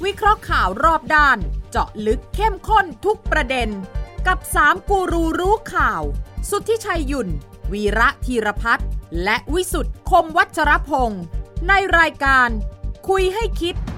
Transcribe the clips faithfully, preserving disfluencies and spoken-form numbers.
วิเคราะห์ข่าวรอบด้านเจาะลึกเข้มข้นทุกประเด็นกับสามกูรูรู้ข่าวสุทธิชัยหยุ่นวีระธีรพัฒน์และวิสุทธ์คมวัชรพงศ์ในรายการคุยให้คิด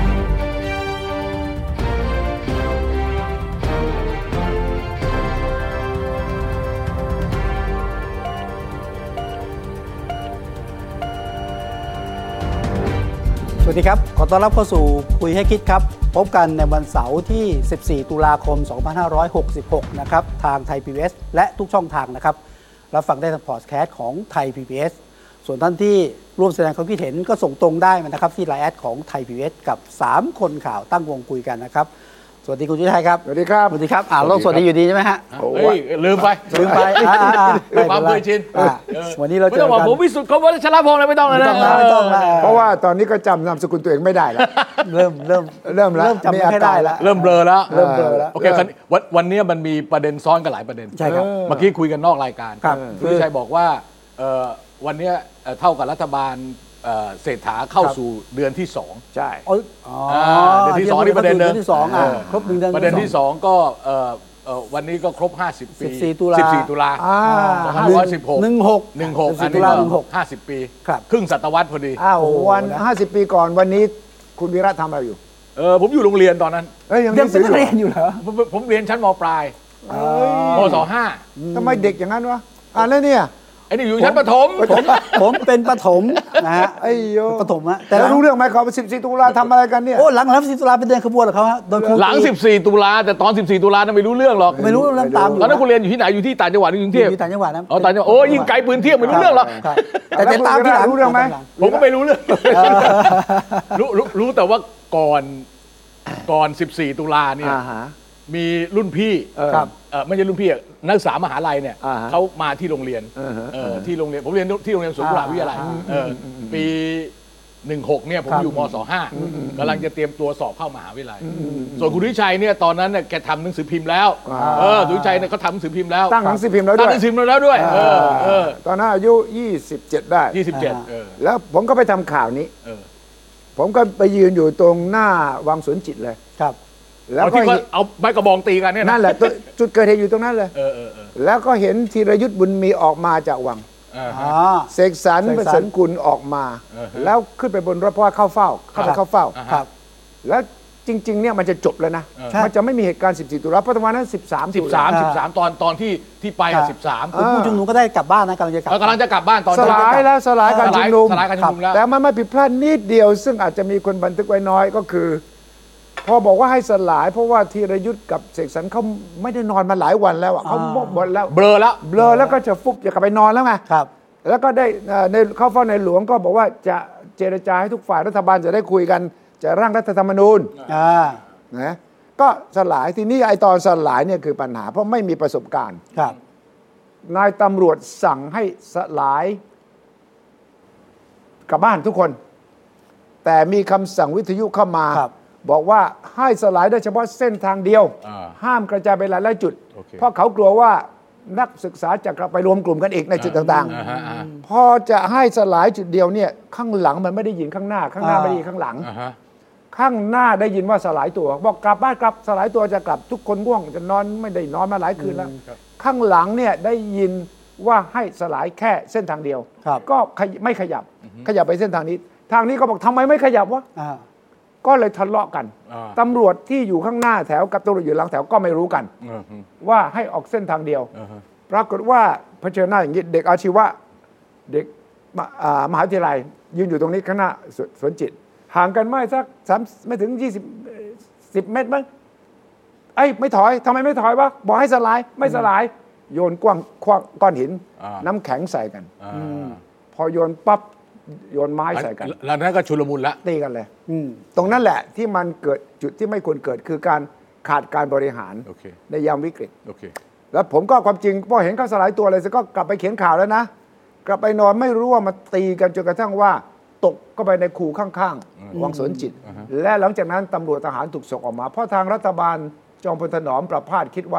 สวัสดีครับขอต้อนรับเข้าสู่คุยให้คิดครับพบกันในวันเสาร์ที่สิบสี่ตุลาคมสองพันห้าร้อยหกสิบหกนะครับทางไทย พี บี เอส และทุกช่องทางนะครับรับฟังได้ทางพอดแคสต์ของไทย พี บี เอส ส่วนท่านที่ร่วมแสดงความคิดเห็นก็ส่งตรงได้มานะครับที่ไลน์แอดของไทย พี บี เอส กับสามคนข่าวตั้งวงคุยกันนะครับสวัสดีคุณจุชัยครับสวัสดีครับสวัสดีครับอ่าโลกสวัสดีอยู่ดีใช่ไหมฮะโอ้ยลืมไปลืมไปลืมความเคยชินวันนี้เราเจอกันไม่ต้องบอกผมวิสุทธิ์คมวัชรพงศ์เลยไม่ต้องเลยนะไม่ต้องแล้วเพราะว่าตอนนี้ก็จำนามสกุลตัวเองไม่ได้แล้วเริ่มเริ่มเริ่มแล้วเริ่มจำไม่ได้แล้วเริ่มเบลอแล้วเริ่มเบลอแล้วโอเควันวันนี้มันมีประเด็นซ้อนกันหลายประเด็นใช่ครับเมื่อกี้คุยกันนอกรายการคุณชัยบอกว่าวันนี้เท่ากับรัฐบาลเศรษฐาเข้าสู่เดือนที่สองใช่เดือนที่สองนี่ประเด็นเดิมที่สองอ่ะครบหนึ่งเดือนประเด็นที่สองก็วันนี้ก็ครบห้าสิบปีสิบสี่ตุลาสิบสี่ตุลาสองพันห้าร้อยสิบหกหนึ่งหกหนึ่งหกอันนี้ก็ห้าสิบปีครึ่งศตวรรษพอดีอ้าววันห้าสิบปีก่อนวันนี้คุณวีระทำอะไรอยู่เออผมอยู่โรงเรียนตอนนั้นเอ้ยยังเป็นนักเรียนอยู่เหรอผมเรียนชั้นม.ปลายม.ศ.ห้าทำไมเด็กอย่างนั้นวะอ่าแล้วเนี่ยไอ้นี่อยู่ชั้นประถมผมผมเป็นประถมนะฮะไอ้โยประถมอะแต่รู้เรื่องไหมเขาสิบสี่ตุลาทำอะไรกันเนี่ยโอ้หลังหลังสิบสี่ตุลาเป็นเดือนขบวนเหรอเขาฮะโดนหลังสิบสี่ตุลาแต่ตอนสิบสี่ตุลาไม่รู้เรื่องหรอกไม่รู้เรื่องตามอยู่ตอนนั้นคุณเรียนอยู่ที่ไหนอยู่ที่ต่างจังหวัดหรือกรุงเทพอยู่ต่างจังหวัดนะอ๋อต่างจังหวัดโอ้ยิ่งไกลปืนเที่ยงไม่รู้เรื่องหรอกแต่แต่ตามที่หลังรู้เรื่องไหมผมก็ไม่รู้เรื่องรู้รู้แต่ว่าก่อนก่อนสิบสี่ตุลาเนี่ยมีรุ่นพี่ไม่ใช่รุ่นพี่นักศึกษามหาลัยเนี่ยเขามาที่โรงเรียนที่โรงเรียนผมเรียนที่โรงเรียนสวนกุหลาบวิทยาลัยปีหนึ่งหกเนี่ยผมอยู่ม.ศ.ห้ากำลังจะเตรียมตัวสอบเข้ามหาวิทยาลัยส่วนคุณวิชัยเนี่ยตอนนั้นเนี่ยแกทำหนังสือพิมพ์แล้วเออคุณวิชัยเนี่ยเขาทำหนังสือพิมพ์แล้วตั้งหนังสือพิมพ์แล้วด้วยตั้งหนังสือพิมพ์แล้วด้วยตอนนั้นอายุยี่สิบเจ็ดได้ยี่สิบเจ็ดแล้วผมก็ไปทำข่าวนี้ผมก็ไปยืนอยู่ตรงหน้าวังสวนจิตเลยครับแล้วก็เอาใบกระบองตีกันเนี่ยนั่นแหละจุดเกิดเหตุอยู่ตรงนั้นเลยแล้วก็เห็นธีรยุทธบุญมีออกมาจากวังเสกสรรประเสริฐกุลออกมาแล้วขึ้นไปบนรถเพราะว่าเข้าเฝ้าเข้าไปเข้าเฝ้าแล้วจริงๆเนี่ยมันจะจบแล้วนะมันจะไม่มีเหตุการณ์สิบสี่ตุลาเพราะตอนนั้นสิบสามสิบสาม สิบสามตอนตอนที่ที่ไปอ่ะสิบสามผู้ชุมนุมก็ได้กลับบ้านนะกำลังจะกลับกำลังจะกลับบ้านตอนสลายแล้วสลายการชุมนุมแล้วแต่มันไม่ผิดพลาดนิดเดียวซึ่งอาจจะมีคนบันทึกไว้น้อยก็คือพอบอกว่าให้สลายเพราะว่าธีรยุทธกับเสกสรรเขาไม่ได้นอนมาหลายวันแล้วอ่ะเขาหมดแล้วเบลอแล้วเบลอแล้วก็จะฟุบจะกลับไปนอนแล้วไงครับแล้วก็ได้ในเข้าเฝ้าในหลวงก็บอกว่าจะเจรจาให้ทุกฝ่ายรัฐบาลจะได้คุยกันจะร่างรัฐธรรมนูญอ่านะก็สลายทีนี้ไอตอนสลายเนี่ยคือปัญหาเพราะไม่มีประสบการณ์ครับนายตำรวจสั่งให้สลายกลับบ้านทุกคนแต่มีคำสั่งวิทยุเข้ามาบอกว่าให้สลายได้เฉพาะเส้นทางเดียวห้ามกระจายไปหลายๆจุดเพราะเขากลัวว่านักศึกษาจะกลับไปรวมกลุ่มกันอีกในจุดต่างๆพอจะให้สลายจุดเดียวเนี่ยข้างหลังมันไม่ได้ยินข้างหน้าข้างหน้าไม่ได้ยินข้างหลังข้างหน้าได้ยินว่าสลายตัวบอกกลับบ้านกลับสลายตัวจะกลับทุกคนง่วงจะนอนไม่ได้นอนมาหลายคืนแล้วข้างหลังเนี่ยได้ยินว่าให้สลายแค่เส้นทางเดียวก็ไม่ขยับขยับไปเส้นทางนี้ทางนี้ก็บอกทำไมไม่ขยับวะก็เลยทะเลาะกันตำรวจที่อยู่ข้างหน้าแถวกับตำรวจอยู่หลังแถวก็ไม่รู้กันว่าให้ออกเส้นทางเดียวปรากฏว่าเผชิญหน้าอย่างนี้เด็กอาชีวะเด็กมหาวิทยาลัยยืนอยู่ตรงนี้ข้างหน้าสวนจิตห่างกันไม่สักสามไม่ถึงยี่สิบสิบเมตรมั้งไอ้ไม่ถอยทำไมไม่ถอยวะบอกให้สลายไม่สลายโยนกว้างก้อนหินน้ำแข็งใส่กันพอโยนปั๊บโยนไม้ใส่กันแล้วนั้นก็ชุลมุนละตีกันเลยตรงนั้นแหละที่มันเกิดจุดที่ไม่ควรเกิดคือการขาดการบริหารในยามวิกฤตแล้วผมก็ความจริงพอเห็นเขาสลายตัวอะไรก็กลับไปเขียนข่าวแล้วนะกลับไปนอนไม่รู้ว่ามาตีกันจนกระทั่งว่าตกก็ไปในคูข้างๆวังสวนจิตและหลังจากนั้นตำรวจทหารถูกส่งออกมาเพราะทางรัฐบาลจอมพลถนอมประภาสคิดว่า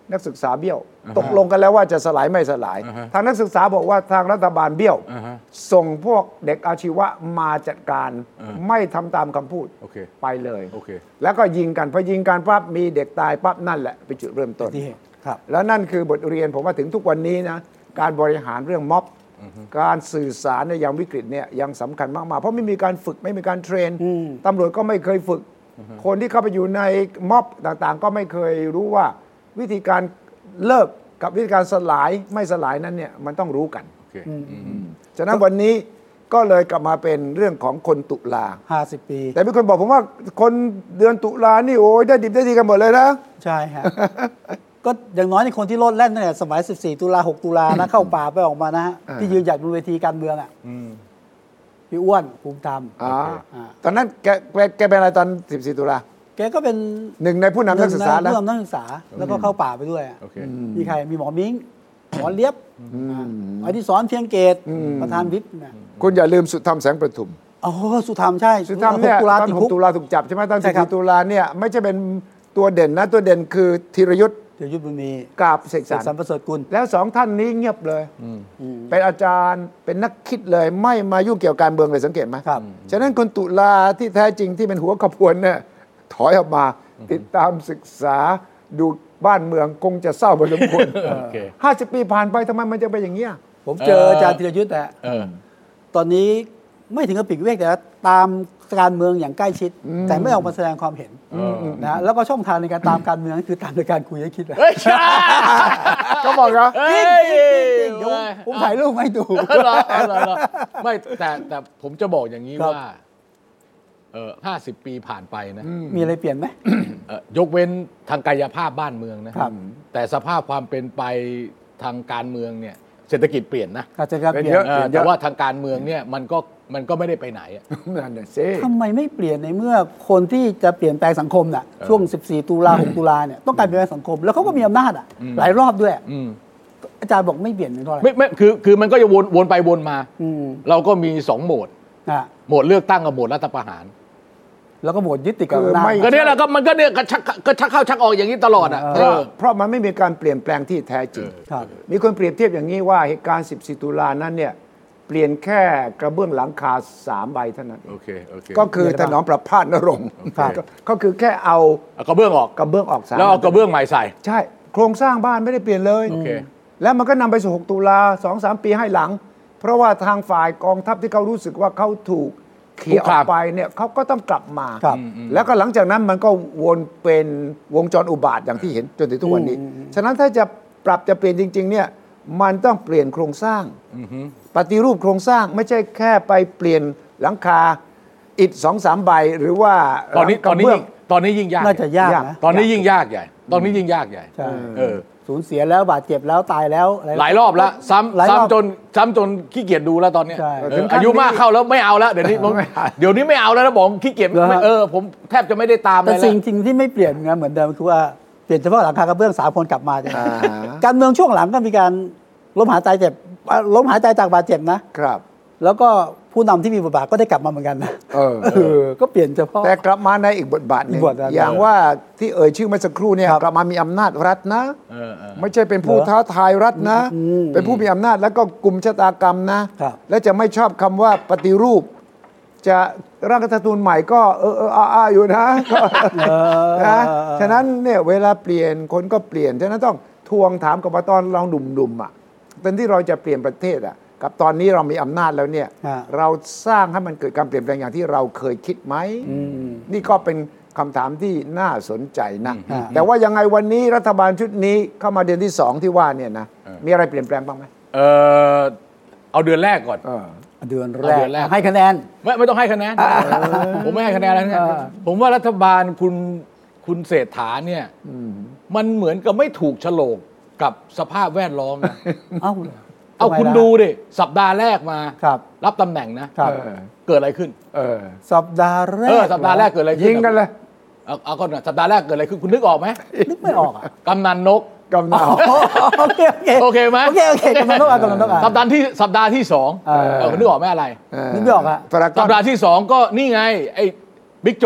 นักศึกษาเบี้ยวตกลงกันแล้วว่าจะสลายไม่สลายทางนักศึกษาบอกว่าทางรัฐบาลเบี้ยวส่งพวกเด็กอาชีวะมาจัดการไม่ทำตามคำพูดไปเลยแล้วก็ยิงกันพอยิงกันปั๊บมีเด็กตายปั๊บนั่นแหละเป็นจุดเริ่มต้นแล้วนั่นคือบทเรียนผมว่าถึงทุกวันนี้นะการบริหารเรื่องม็อบการสื่อสารในยามวิกฤตเนี่ยยังสำคัญมากๆเพราะไม่มีการฝึกไม่มีการเทรนตำรวจก็ไม่เคยฝึกคนที่เข้าไปอยู่ในม็อบต่างๆก็ไม่เคยรู้ว่าวิธีการเลิกกับวิธีการสลายไม่สลายนั้นเนี่ยมันต้องรู้กันฉะนั้นวันนี้ก็เลยกลับมาเป็นเรื่องของคนตุลาห้าสิบปีแต่มีคนบอกผมว่าคนเดือนตุลานี่โอ้ยได้ดิบได้ดีกันหมดเลยนะใช่ฮะ ก็อย่างน้อยในคนที่โลดแล่นตั้งแต่สมัยสิบสี่ตุลาหกตุลานะเข้าป่าไปออกมานะที่ยืนหยัดบนเวทีการเมืองอ่ะพี่อ้วนภูมิธรรมตอนนั้นแกแกเป็นอะไรตอนสิบสี่ตุลาแกก็เป็นหนึ่งในผู้นำนักศึกษาแล้วผู้นำนักศึกษาแล้วก็เข้าป่าไปด้วยมีใครมีหมอมิ้งหมอเลียบอดิศรเพียงเกตประธานวิปคุณอย่าลืมสุธรรมแสงประทุมอ๋อสุธรรมใช่สุธรรมเนี่ยตอนหกตุลาถูกจับใช่ไหมตอนสิบสี่ตุลาเนี่ยไม่ใช่เป็นตัวเด่นนะตัวเด่นคือธีรยุทธ์ธีรยุทธ์บุญมีกับเสกสรรประเสริฐกุลแล้วสองท่านนี้เงียบเลยเป็นอาจารย์เป็นนักคิดเลยไม่มายุ่งเกี่ยวกับการเมืองเลยสังเกตไหมครับฉะนั้นคนตุลาที่แท้จริงที่เป็นหัวขบวนเนี่ยถอยออกมาติดตามศึกษาดูบ้านเมืองคงจะเศร้าพอสมควรห้าสิบปีผ่านไปทำไมมันจะเป็นอย่างเงี้ยผมเจออาจารย์ธีรยุทธ์แต่ตอนนี้ไม่ถึงกับปีกวิเวกแต่ตามการเมืองอย่างใกล้ชิดแต่ไม่ออกมาแสดงความเห็นนะแล้วก็ช่องทางในการตามการเมืองคือตามในการคุยให้คิดเลยก็บอกเหรอผมถ่ายรูปให้ดูไม่แต่แต่ผมจะบอกอย่างนี้ว่าเออห้าสิบปีผ่านไปนะมีอะไรเปลี่ยนไหมยกเว้นทางกายภาพบ้านเมืองนะแต่สภาพความเป็นไปทางการเมืองเนี่ยเศรษฐกิจเปลี่ยนนะอาจจะเปลี่ยนแต่ว่าทางการเมืองเนี่ยมันก็มันก็ไม่ได้ไปไหนนั่นแหละสิทำไมไม่เปลี่ยนในเมื่อคนที่จะเปลี่ยนแปลงสังคมน่ะช่วงสิบสี่ตุลาหกตุลาเนี่ยต้องการเปลี่ยนแปลงสังคมแล้วเขาก็มีอำนาจอ่ะหลายรอบด้วยอาจารย์บอกไม่เปลี่ยนเพราะอะไรไม่ไม่คือคือมันก็จะวนวนไปวนมาเราก็มีสองโหมดโหมดเลือกตั้งกับโหมดรัฐประหารแล้วก็โหมดยึดติดกับอำนาจก็เนี่ยแหละก็มันก็เนี่ยก็ชักก็ชักเข้าชักออกอย่างนี้ตลอดอ่ะเพราะมันไม่มีการเปลี่ยนแปลงที่แท้จริงมีคนเปรียบเทียบอย่างนี้ว่าเหตุการณ์สิบสี่ตุลานั้นเนี่ยเปลี่ยนแค่กระเบื้องหลังคาสามใบเท่านั้นก็คือถนอมประพาสนรงค์ก็คือแค่เอากระเบื้องออกกระเบื้องออกแล้วเอากระเบื้องใหม่ใส่ใช่โครงสร้างบ้านไม่ได้เปลี่ยนเลยแล้วมันก็นำไปสู่หกตุลา สองสาม ปีให้หลังเพราะว่าทางฝ่ายกองทัพที่เขารู้สึกว่าเขาถูกเขี่ยออกไปเนี่ยเขาก็ต้องกลับมาแล้วก็หลังจากนั้นมันก็วนเป็นวงจรอุบาทอย่างที่เห็นจนถึงทุกวันนี้ฉะนั้นถ้าจะปรับจะเปลี่ยนจริงๆเนี่ยมันต้องเปลี่ยนโครงสร้างปฏิรูปโครงสร้างไม่ใช่แค่ไปเปลี่ยนหลังคาอิฐ สองสาม ใบหรือว่าตอนนี้ตอนนี้ตอนนี้ยิ่งยากน่าจะยากนะตอนนี้ยิ่งยากใหญ่ตอนนี้ยิ่งยากใหญ่เออสูญเสียแล้วบาดเจ็บแล้วตายแล้วหลายรอบแล้วซ้ำซ้ำจนซ้ำจนขี้เกียจดูแล้วตอนนี้อายุมากเข้าแล้วไม่เอาแล้วเดี๋ยวนี้เดี๋ยวนี้ไม่เอาแล้วนะบอกขี้เกียจเออผมแทบจะไม่ได้ตามเลยแต่สิ่งจริงที่ไม่เปลี่ยนนะเหมือนเดิมคือว่าเปลี่ยนเฉพาะหลังคากระเบื้องสามคนกลับมาใช่ไหมการเมืองช่วงหลังก็มีการล้มหายใจเจ็บล้มหายใจจากบาดเจ็บนะครับแล้วก็ผู้นำที่มีบทบาทก็ได้กลับมาเหมือนกันนะเออก็เปลี่ยนเฉพาะแต่กลับมาในอีกบทบาทหนึ่งอย่างว่าที่เอ่ยชื่อเมื่อสักครู่เนี่ยกลับมามีอำนาจรัฐนะไม่ใช่เป็นผู้ท้าทายรัฐนะเป็นผู้มีอำนาจแล้วก็กลุ่มชะตากรรมนะและจะไม่ชอบคำว่าปฏิรูปจะร่างรัฐธรรมนูญใหม่ก็เออเอออาอยู่นะนะฉะนั้นเนี่ยเวลาเปลี่ยนคนก็เปลี่ยนฉะนั้นต้องทวงถามกับตอนเราหนุ่มๆอ่ะเป็นที่เราจะเปลี่ยนประเทศอ่ะกับตอนนี้เรามีอำนาจแล้วเนี่ยเราสร้างให้มันเกิดการเปลี่ยนแปลงอย่างที่เราเคยคิดไหมนี่ก็เป็นคำถามที่น่าสนใจนะแต่ว่ายังไงวันนี้รัฐบาลชุดนี้เข้ามาเดือนที่สองที่ว่าเนี่ยนะมีอะไรเปลี่ยนแปลงบ้างไหมเออเอาเดือนแรกก่อนเดือนแรกให้คะแนนไม่ไม่ต้องให้คะแนนผมไม่ให้คะแนนแล้วเนี่ยผมว่ารัฐบาลคุณคุณเศรษฐาเนี่ยมันเหมือนกับไม่ถูกโฉลกกับสภาพแวดล้อมนะเอ้าเอาคุณดูดิสัปดาห์แรกมารับตำแหน่งนะเกิดอะไรขึ้นสัปดาห์แรกสัปดาห์แรกเกิดอะไรขึ้นยิงกันเลยเอาเอาก่อนสัปดาห์แรกเกิดอะไรขึ้นคุณนึกออกไหมนึกไม่ออกอ่ะกำนันนกกำนันโอเคโอเคโอเคไหมโอเคโอเคกำนันนกกำนันนกสัปดาห์ที่สัปดาห์ที่สองเออนึกออกไหมอะไรนึกไม่ออกอ่ะสัปดาห์ที่สองก็นี่ไงไอ้บิ๊กโจ๊ก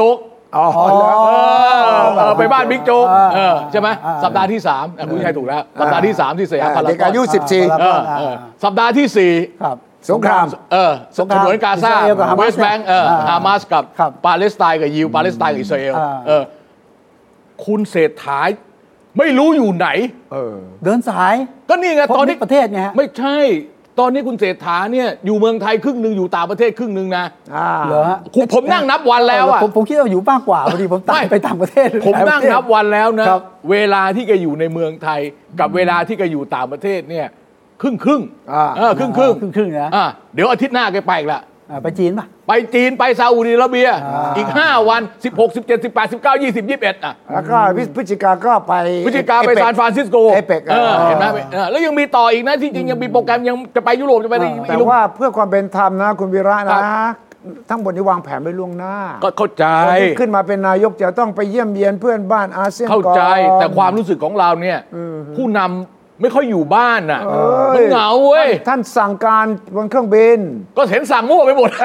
อ๋อไปบ้านบิ๊กโจ๊กใช่ไหมสัปดาห์ที่สามคุณชัยถูกแล้วสัปดาห์ที่สามที่สยามพารากอนเด็กอายุสิบสี่สัปดาห์ที่สี่สงครามเออฉนวนกาซาเวสต์แบงก์เออฮามาสกับปาเลสไตน์กับยิวปาเลสไตน์กับอิสราเอลเออคุณเศรษฐาไม่รู้อยู่ไหนเออเดินสายก็นี่ไงตอนนี้ประเทศไงไม่ใช่ตอนนี้คุณเศรษฐาเนี่ยอยู่เมืองไทยครึ่งนึงอยู่ต่างประเทศครึ่งนึงนะเหรอผมนั่งนับวันแล้วอ่ะผมผมคิดว่าอยู่มากกว่าพอดีผมตายไปต่างประเทศผมนั่งนับวันแล้วนะเวลาที่แกอยู่ในเมืองไทยกับเวลาที่แกอยู่ต่างประเทศเนี่ยครึ่งครึ่งอ่าครึ่งครึ่งครึ่งครึ่งนะอ่าเดี๋ยวอาทิตย์หน้าแกไปอีกละไปจีนป่ะไปจีนไปซาอุดิอาระเบียอีกห้าวันสิบหก สิบเจ็ด สิบแปด สิบเก้า ยี่สิบ ยี่สิบเอ็ดอ่ะแล้วก็พฤศจิกาก็ไปพฤศจิกาไปซานฟรานซิสโกเอเปกเห็นไหมแล้วยังมีต่ออีกนะที่จริงยังมีโปรแกรมยังจะไปยุโรปจะไปแต่ว่าเพื่อความเป็นธรรมนะคุณวีระนะทั้งหมดนี้วางแผนไว้ล่วงหน้าก็เข้าใจขึ้นมาเป็นนายกจะต้องไปเยี่ยมเยียนเพื่อนบ้านอาเซียนเข้าใจแต่ความรู้สึกของเราเนี่ยผู้นำไม่ค่อยอยู่บ้านน่ะมันเหงาเว้ยท่านสั่งการบนเครื่องบินก็เห็นสั่งมั่วไปหมด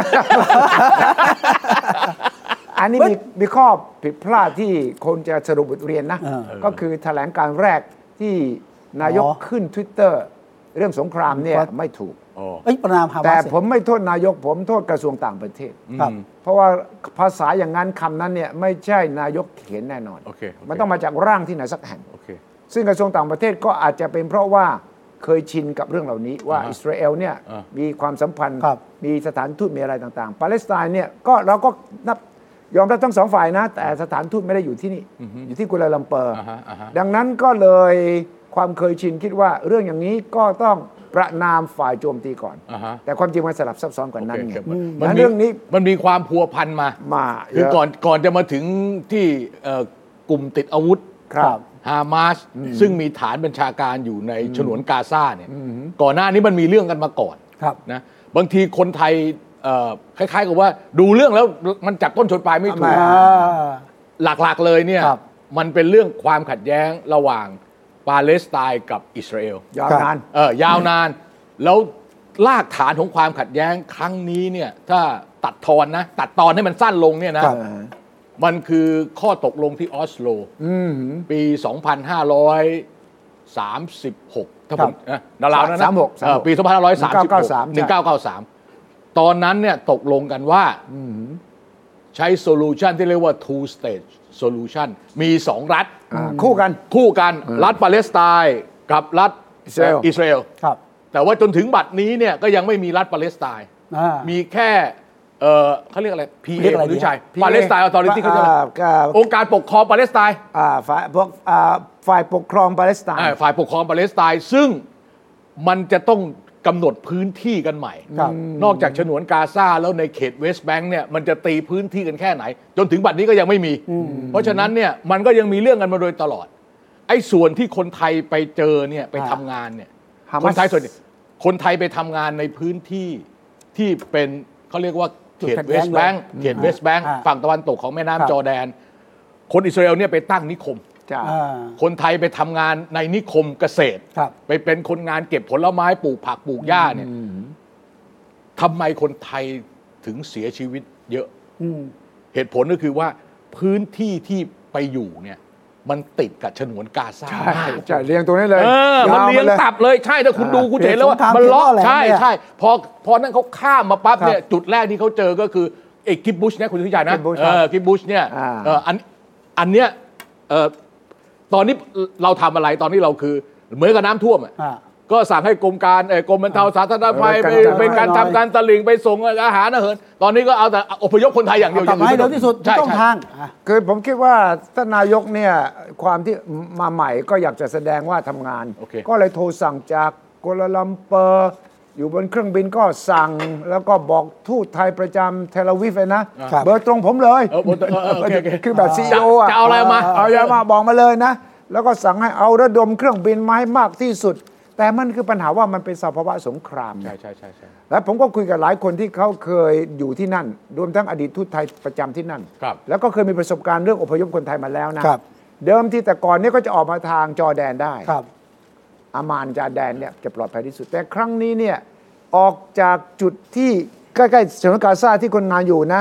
อันนี้มีมีข้อผิดพลาดที่คนจะสรุปบทเรียนนะก็คือแถลงการแรกที่นายกขึ้น Twitter เรื่องสงครามเนี่ยไม่ถูกแต่ผมไม่โทษนายกผมโทษกระทรวงต่างประเทศเพราะว่าภาษาอย่างนั้นคำนั้นเนี่ยไม่ใช่นายกเขียนแน่นอนมันต้องมาจากร่างที่ไหนสักแห่งซึ่งกระทรวงต่างประเทศก็อาจจะเป็นเพราะว่าเคยชินกับเรื่องเหล่านี้ว่าอิสราเอลเนี่ยมีความสัมพันธ์มีสถานทูตมีอะไรต่างๆปาเลสไตน์เนี่ยก็เราก็นับยอมรับทั้งสองฝ่ายนะแต่สถานทูตไม่ได้อยู่ที่นี่อยู่ที่กัวลาลัมเปอร์ดังนั้นก็เลยความเคยชินคิดว่าเรื่องอย่างนี้ก็ต้องประนามฝ่ายโจมตีก่อนแต่ความจริงมันสลับซับซ้อนกว่านั้นไงเรื่องนี้มันมีความพัวพันมามาคือก่อนก่อนจะมาถึงที่กลุ่มติดอาวุธฮามาสซึ่งมีฐานบัญชาการอยู่ในฉนวนกาซาเนี่ยก่อนหน้านี้มันมีเรื่องกันมาก่อนนะบางทีคนไทยคล้ายๆกับว่าดูเรื่องแล้วมันจับต้นชนปลายไม่ถูกหลักๆเลยเนี่ยมันเป็นเรื่องความขัดแย้งระหว่างปาเลสไตน์กับอิสราเอลยาวนานเออยาวนานแล้วรากฐานของความขัดแย้งครั้งนี้เนี่ยถ้าตัดทอนนะตัดตอนให้มันสั้นลงเนี่ยนะมันคือข้อตกลงที่ออสโลปี สองพันห้าร้อยสามสิบหก ถ้าผมนะดาราวนั้นนะปี สองพันห้าร้อยสามสิบหก หนึ่งพันเก้าร้อยเก้าสิบสาม ตอนนั้นเนี่ยตกลงกันว่าใช้โซลูชันที่เรียกว่า two stage solution มีสองรัฐคู่กันคู่กันรัฐปาเลสไตน์กับรัฐอิสราเอลแต่ว่าจนถึงบัดนี้เนี่ยก็ยังไม่มีรัฐปาเลสไตน์มีแค่เออเขาเรียกอะไร พี เอ หรือใช่ปาเลสไตน์ออทอริตี้เขาจะองค์การปกครองปาเลสไตน์ฝ่ายพวกฝ่ายปกครองปาเลสไตน์ฝ่ายปกครองปาเลสไตน์ซึ่งมันจะต้องกำหนดพื้นที่กันใหม่นอกจากฉนวนกาซาแล้วในเขตเวสต์แบงค์เนี่ยมันจะตีพื้นที่กันแค่ไหนจนถึงบัดนี้ก็ยังไม่มีเพราะฉะนั้นเนี่ยมันก็ยังมีเรื่องกันมาโดยตลอดไอ้ส่วนที่คนไทยไปเจอเนี่ยไปทำงานเนี่ยคนไทยส่วนคนไทยไปทำงานในพื้นที่ที่เป็นเขาเรียกว่าเขตเวสต์แบงค์เขตเวสต์แบงค์ฝั่งตะวันตกของแม่น้ำจอร์แดนคนอิสราเอลเนี่ยไปตั้งนิคมคนไทยไปทำงานในนิคมเกษตรไปเป็นคนงานเก็บผลไม้ปลูกผักปลูกหญ้าเนี่ยทำไมคนไทยถึงเสียชีวิตเยอะเหตุผลก็คือว่าพื้นที่ที่ไปอยู่เนี่ยมันติดกับฉนวนกาซาใช่ใช่เรียงตรงนี้เลยมันเรียงตับเลยใช่ถ้าคุณดูคุณเห็นแล้วว่ามันล้อใช่ใช่พอพอนั่นเขาข้ามมาปั๊บเนี่ยจุดแรกที่เขาเจอก็คือไอ้กิบบุชเนี่ยคุณสุทธิชัยนะเออกิบบุชเนี่ยเอออันอันเนี้ยเออตอนนี้เราทำอะไรตอนนี้เราคือเหมือนกับน้ำท่วมอ่ะก็สั่งให้กรมการเออกรมบรรเทาสาธารณภัยไปเป็นการทำการตลิ่งไปส่งอาหารอาหารตอนนี้ก็เอาแต่อพยพคนไทยอย่างเดียวอย่างให้เร็วที่สุดต้องทางคือผมคิดว่าท่านนายกเนี่ยความที่มาใหม่ก็อยากจะแสดงว่าทำงานก็เลยโทรสั่งจากกัวลาลัมเปอร์อยู่บนเครื่องบินก็สั่งแล้วก็บอกทูตไทยประจำเทลอาวีฟเลยนะเบอร์ตรงผมเลยคือแบบซีอีโออ่ะจะเอาอะไรมาเอาอะไรมาบอกมาเลยนะแล้วก็สั่งให้เอาระดมเครื่องบินมาให้มากที่สุดแต่มันคือปัญหาว่ามันเป็นสภาวะสงครามใช่ใช่ใช่ใช่แล้วผมก็คุยกับหลายคนที่เขาเคยอยู่ที่นั่นรวมทั้งอดีตทูตไทยประจำที่นั่นแล้วก็เคยมีประสบการณ์เรื่องอพยพคนไทยมาแล้วนะเดิมที่แต่ก่อนนี้ก็จะออกมาทางจอร์แดนได้อามานจอร์แดนเนี่ยจะปลอดภัยที่สุดแต่ครั้งนี้เนี่ยออกจากจุดที่ใกล้ๆฉนวนกาซาที่คนงานอยู่นะ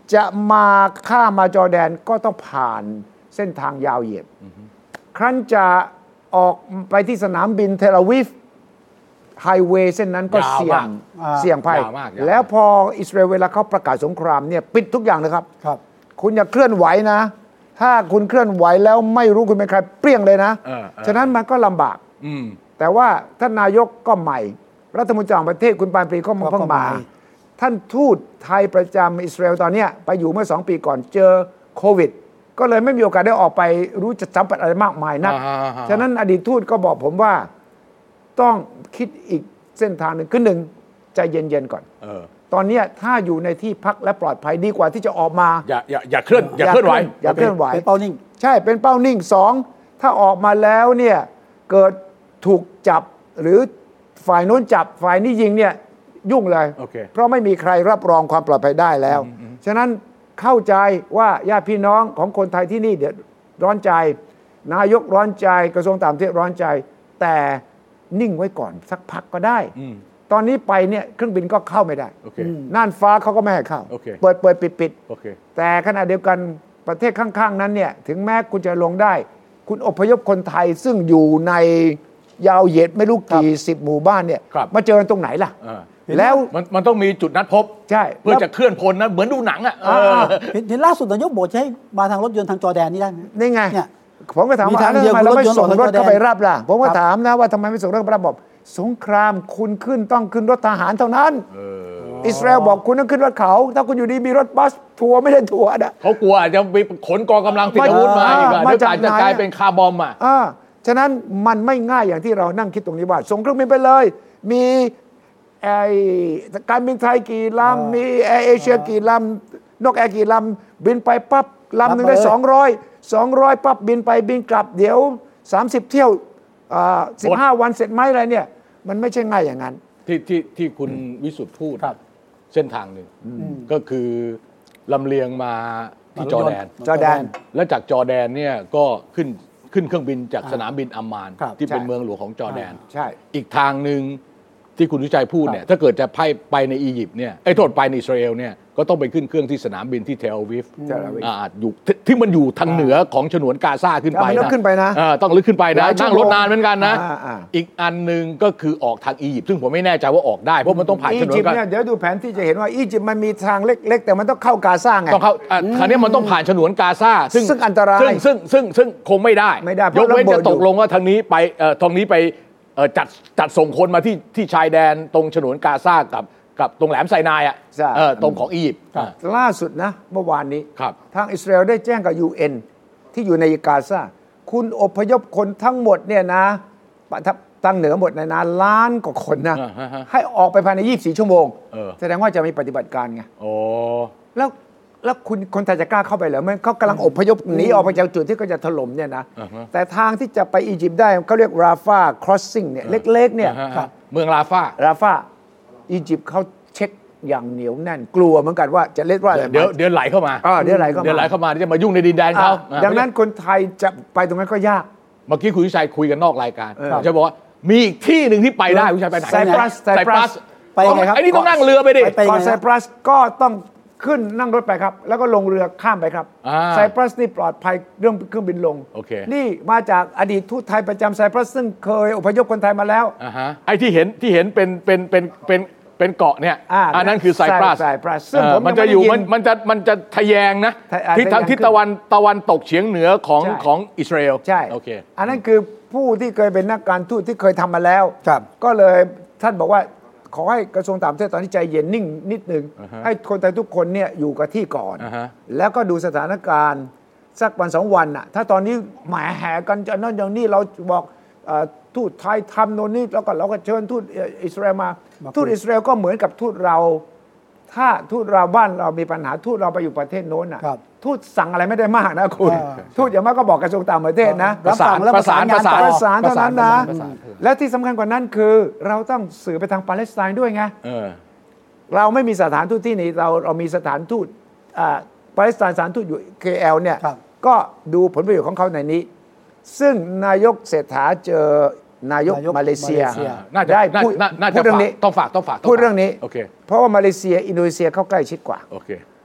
จะมาข้ามมาจอร์แดนก็ต้องผ่านเส้นทางยาวเหยียดครั้นจะออกไปที่สนามบินเทลอาวีฟไฮเวย์เส้นนั้นก็เสี่ยงเสี่ยงภัยแล้วพออิสราเอลเวลาเขาประกาศสงครามเนี่ยปิดทุกอย่างนะครับครับคุณอย่าเคลื่อนไหวนะถ้าคุณเคลื่อนไหวแล้วไม่รู้คุณเป็นใครเปรี้ยงเลยนะฉะนั้นมันก็ลำบากแต่ว่าท่านนายกก็ใหม่รัฐมนตรีต่างประเทศคุณปานปรีก็มาเพิ่งมาท่านทูตไทยประจำอิสราเอลตอนนี้ไปอยู่เมื่อสองปีก่อนเจอโควิดก็เลยไม่มีโอกาสได้ออกไปรู้จะสัมผัสอะไรมากมายนักฉะนั้นอดีตทูตก็บอกผมว่าต้องคิดอีกเส้นทางหนึ่งคือหนึ่งใจเย็นๆก่อนตอนนี้ถ้าอยู่ในที่พักและปลอดภัยดีกว่าที่จะออกมาอย่าอย่าอย่าเคลื่อนอย่าเคลื่อนไหวอย่าเคลื่อนไหวเป็นเป้านิ่งใช่เป็นเป้านิ่งสองถ้าออกมาแล้วเนี่ยเกิดถูกจับหรือฝ่ายโน้นจับฝ่ายนี้ยิงเนี่ยยุ่งเลย okay. เพราะไม่มีใครรับรองความปลอดภัยได้แล้วฉะนั้นเข้าใจว่าญาติพี่น้องของคนไทยที่นี่เดือดร้อนใจนายกร้อนใจกระทรวงต่างประเทศร้อนใจแต่นิ่งไว้ก่อนสักพักก็ได้ตอนนี้ไปเนี่ยเครื่องบินก็เข้าไม่ได้ okay. น่านฟ้าเขาก็ไม่ให้เข้า okay. เปิดเปิดปิดปิด okay. แต่ขณะเดียวกันประเทศข้างๆนั้นเนี่ยถึงแม้คุณจะลงได้คุณอพยพคนไทยซึ่งอยู่ในยาวเหยียดไม่รู้กี่สิบหมู่บ้านเนี่ยมาเจอตรงไหนล่ะแล้วมันมันต้องมีจุดนัดพบใช่เพื่อจะเคลื่อนพลนะเหมือนดูหนังอ่ะเห็นล่าสุดนายกบอกใช้มาทางรถยนต์ทางจอร์แดนนี่ได้ไหมนี่ไงผมก็ถามว่าทำไมเราไม่ส่งรถเข้าไปรับล่ะผมก็ถามนะว่าทำไมไม่ส่งรถเข้าไปรับบอกสงครามคุณขึ้นต้องขึ้นรถทหารเท่านั้นอิสราเอลบอกคุณต้องขึ้นรถเขาถ้าคุณอยู่ดีมีรถบัสทัวร์ไม่ได้ทัวร์นะเขากลัวอาจจะมีขนกองกำลังติดอาวุธมาอีกอ่ะอาจจะกลายเป็นคาร์บอมอ่ะฉะนั้นมันไม่ง่ายอย่างที่เรานั่งคิดตรงนี้ว่าส่งเครื่องบินไปเลยมีไอการบินไทยกี่ลำมีแอร์เอเชียกี่ลำนกแอร์กี่ลำบินไปปั๊บลำหนึ่งได้สองร้อยสองร้อยปั๊บบินไปบินกลับเดี๋ยวสามสิบเที่ยวสิบห้าวันเสร็จไหมอะไรเนี่ยมันไม่ใช่ง่ายอย่างนั้นที่ที่ที่คุณวิสุทธ์พูดเส้นทางหนึ่งก็คือลำเลียงมาที่จอร์แดนจอร์แดนและจากจอร์แดนเนี่ยก็ขึ้นขึ้นเครื่องบินจากสนามบินอัมมานที่เป็นเมืองหลวงของจอร์แดนใช่อีกทางหนึ่งที่คุณวิชัยพูดเนี่ยถ้าเกิดจะไปไปในอียิปต์เนี่ยไอ้โทษไปในอิสราเอลเนี่ยก็ต้องไปขึ้นเครื่องที่สนามบินที่เทลอาวีฟอ่าอยู่ที่มันอยู่ทางเหนือของฉนวนกาซาขึ้นไปนะต้องขึ้นไปนะต้องลึกขึ้นไปนะนั่งรถนานเหมือนกันนะอีกอันหนึ่งก็คือออกทางอียิปต์ซึ่งผมไม่แน่ใจว่าออกได้เพราะมันต้องผ่านฉนวนกาซาเดี๋ยวดูแผนที่จะเห็นว่าอียิปต์มันมีทางเล็กๆแต่มันต้องเข้ากาซาไงต้องเข้าคราวนี้มันต้องผ่านฉนวนกาซาซึ่งอันตรายซึ่งซึ่งซึ่งซึ่งคงไม่ได้ยกเว้นจะตกลงว่าทางนี้ไปทางนี้ไปจัดจัดส่งคนมาที่ที่ชายแดนตรงฉนวนกาซากับกับตรงแหลมไซนายอ่ะตรงของอียิปต์ล่าสุดนะเมื่อวานนี้ทางอิสราเอลได้แจ้งกับ ยู เอ็น ที่อยู่ในกาซาคุณอพยพคนทั้งหมดเนี่ยนะตั้งเหนือหมดในนะล้านกว่าคนนะให้ออกไปภายในยี่สิบสี่ชั่วโมงแสดงว่าจะมีปฏิบัติการไงแล้วแล้วคุณคนไทยจะกล้าเข้าไปเหรอมันเขากำลังอพยพหนีออกไปจากจุดที่เขาจะถล่มเนี่ยนะแต่ทางที่จะไปอียิปต์ได้เขาเรียกราฟาครอสซิ่งเนี่ยเล็กๆเนี่ยเมืองราฟาราฟาอียิปต์เขาเช็คอย่างเหนียวแน่นกลัวเหมือนกันว่าจะเล่นว่าอะไรเดี๋ยวเดี๋ยวไหลเข้ามาเดี๋ยวไหลเข้ามาเดี๋ยวไหลเข้ามาที่จะมายุ่งในดินแดนเขาดังนั้นคนไทยจะไปตรงนั้นก็ยากเมื่อกี้คุณวิชัยคุยกันนอกรายการจะบอกว่ามีอีกที่หนึ่งที่ไปได้คุณวิชัยไปไหนไซปรัสไซปรัสไปยังไงครับไอ้นี่ต้องนั่งเรือไปดิก่อนไซปรัสก็ต้องขึ้นนั่งรถไปครับแล้วก็ลงเรือข้ามไปครับไซปรัสนี่ปลอดภัยเรื่องเครื่องบินลงนี่มาจากอดีตทูตไทยประจำไซปรัสซึ่งเคยอพยพคนไทยมาแล้วไอ้ที่เห็นที่เห็นเป็นเป็นเป็นเป็นเป็นเกาะเนี่ยอันนั้นคือไซปรัสซึ่งมันจะอยู่มันมันจะมันจะทะแยงนะทิศทางทิศตะวันตะวันตกเฉียงเหนือของของอิสราเอลใช่โอเคอันนั้นคือผู้ที่เคยเป็นนักการทูตที่เคยทำมาแล้วก็เลยท่านบอกว่าขอให้กระทรวงต่างประเทศตอนนี้ใจเย็นนิ่งนิดนึง uh-huh. ให้คนไทยทุกคนเนี่ยอยู่กับที่ก่อน uh-huh. แล้วก็ดูสถานการณ์สักวันสองวันน่ะถ้าตอนนี้แหมแห่กันจะนั่นอย่างนี้เราบอกทูตไทยทำโน่นนี่แล้วก็เราก็เชิญทูตอิสราเอลมาทูตอิสราเอลก็เหมือนกับทูตเราถ้าทูตเราบ้านเรามีปัญหาทูตเราไปอยู่ประเทศโน้นน่ะทูตสั่งอะไรไม่ได้มากนะคุณทูตอย่างมากก็บอกกระทรวงต่างประเทศนะรับสั่งแล้วประสานงานประสานเท่านั้นนะและที่สำคัญกว่านั้นคือเราต้องสื่อไปทางปาเลสไตน์ด้วยไงเราไม่มีสถานทูตที่นี่เราเรามีสถานทูตปาเลสไตน์สถานทูตอยู่ เค แอล เนี่ยก็ดูผลประโยชน์ของเขาในนี้ซึ่งนายกเศรษฐาเจอนายกมาเลเซียได้พูดเรื่องนี้ต้องฝากต้องฝากพูดเรื่องนี้เพราะว่ามาเลเซียอินโดนีเซียเข้าใกล้ชิดกว่าโอเค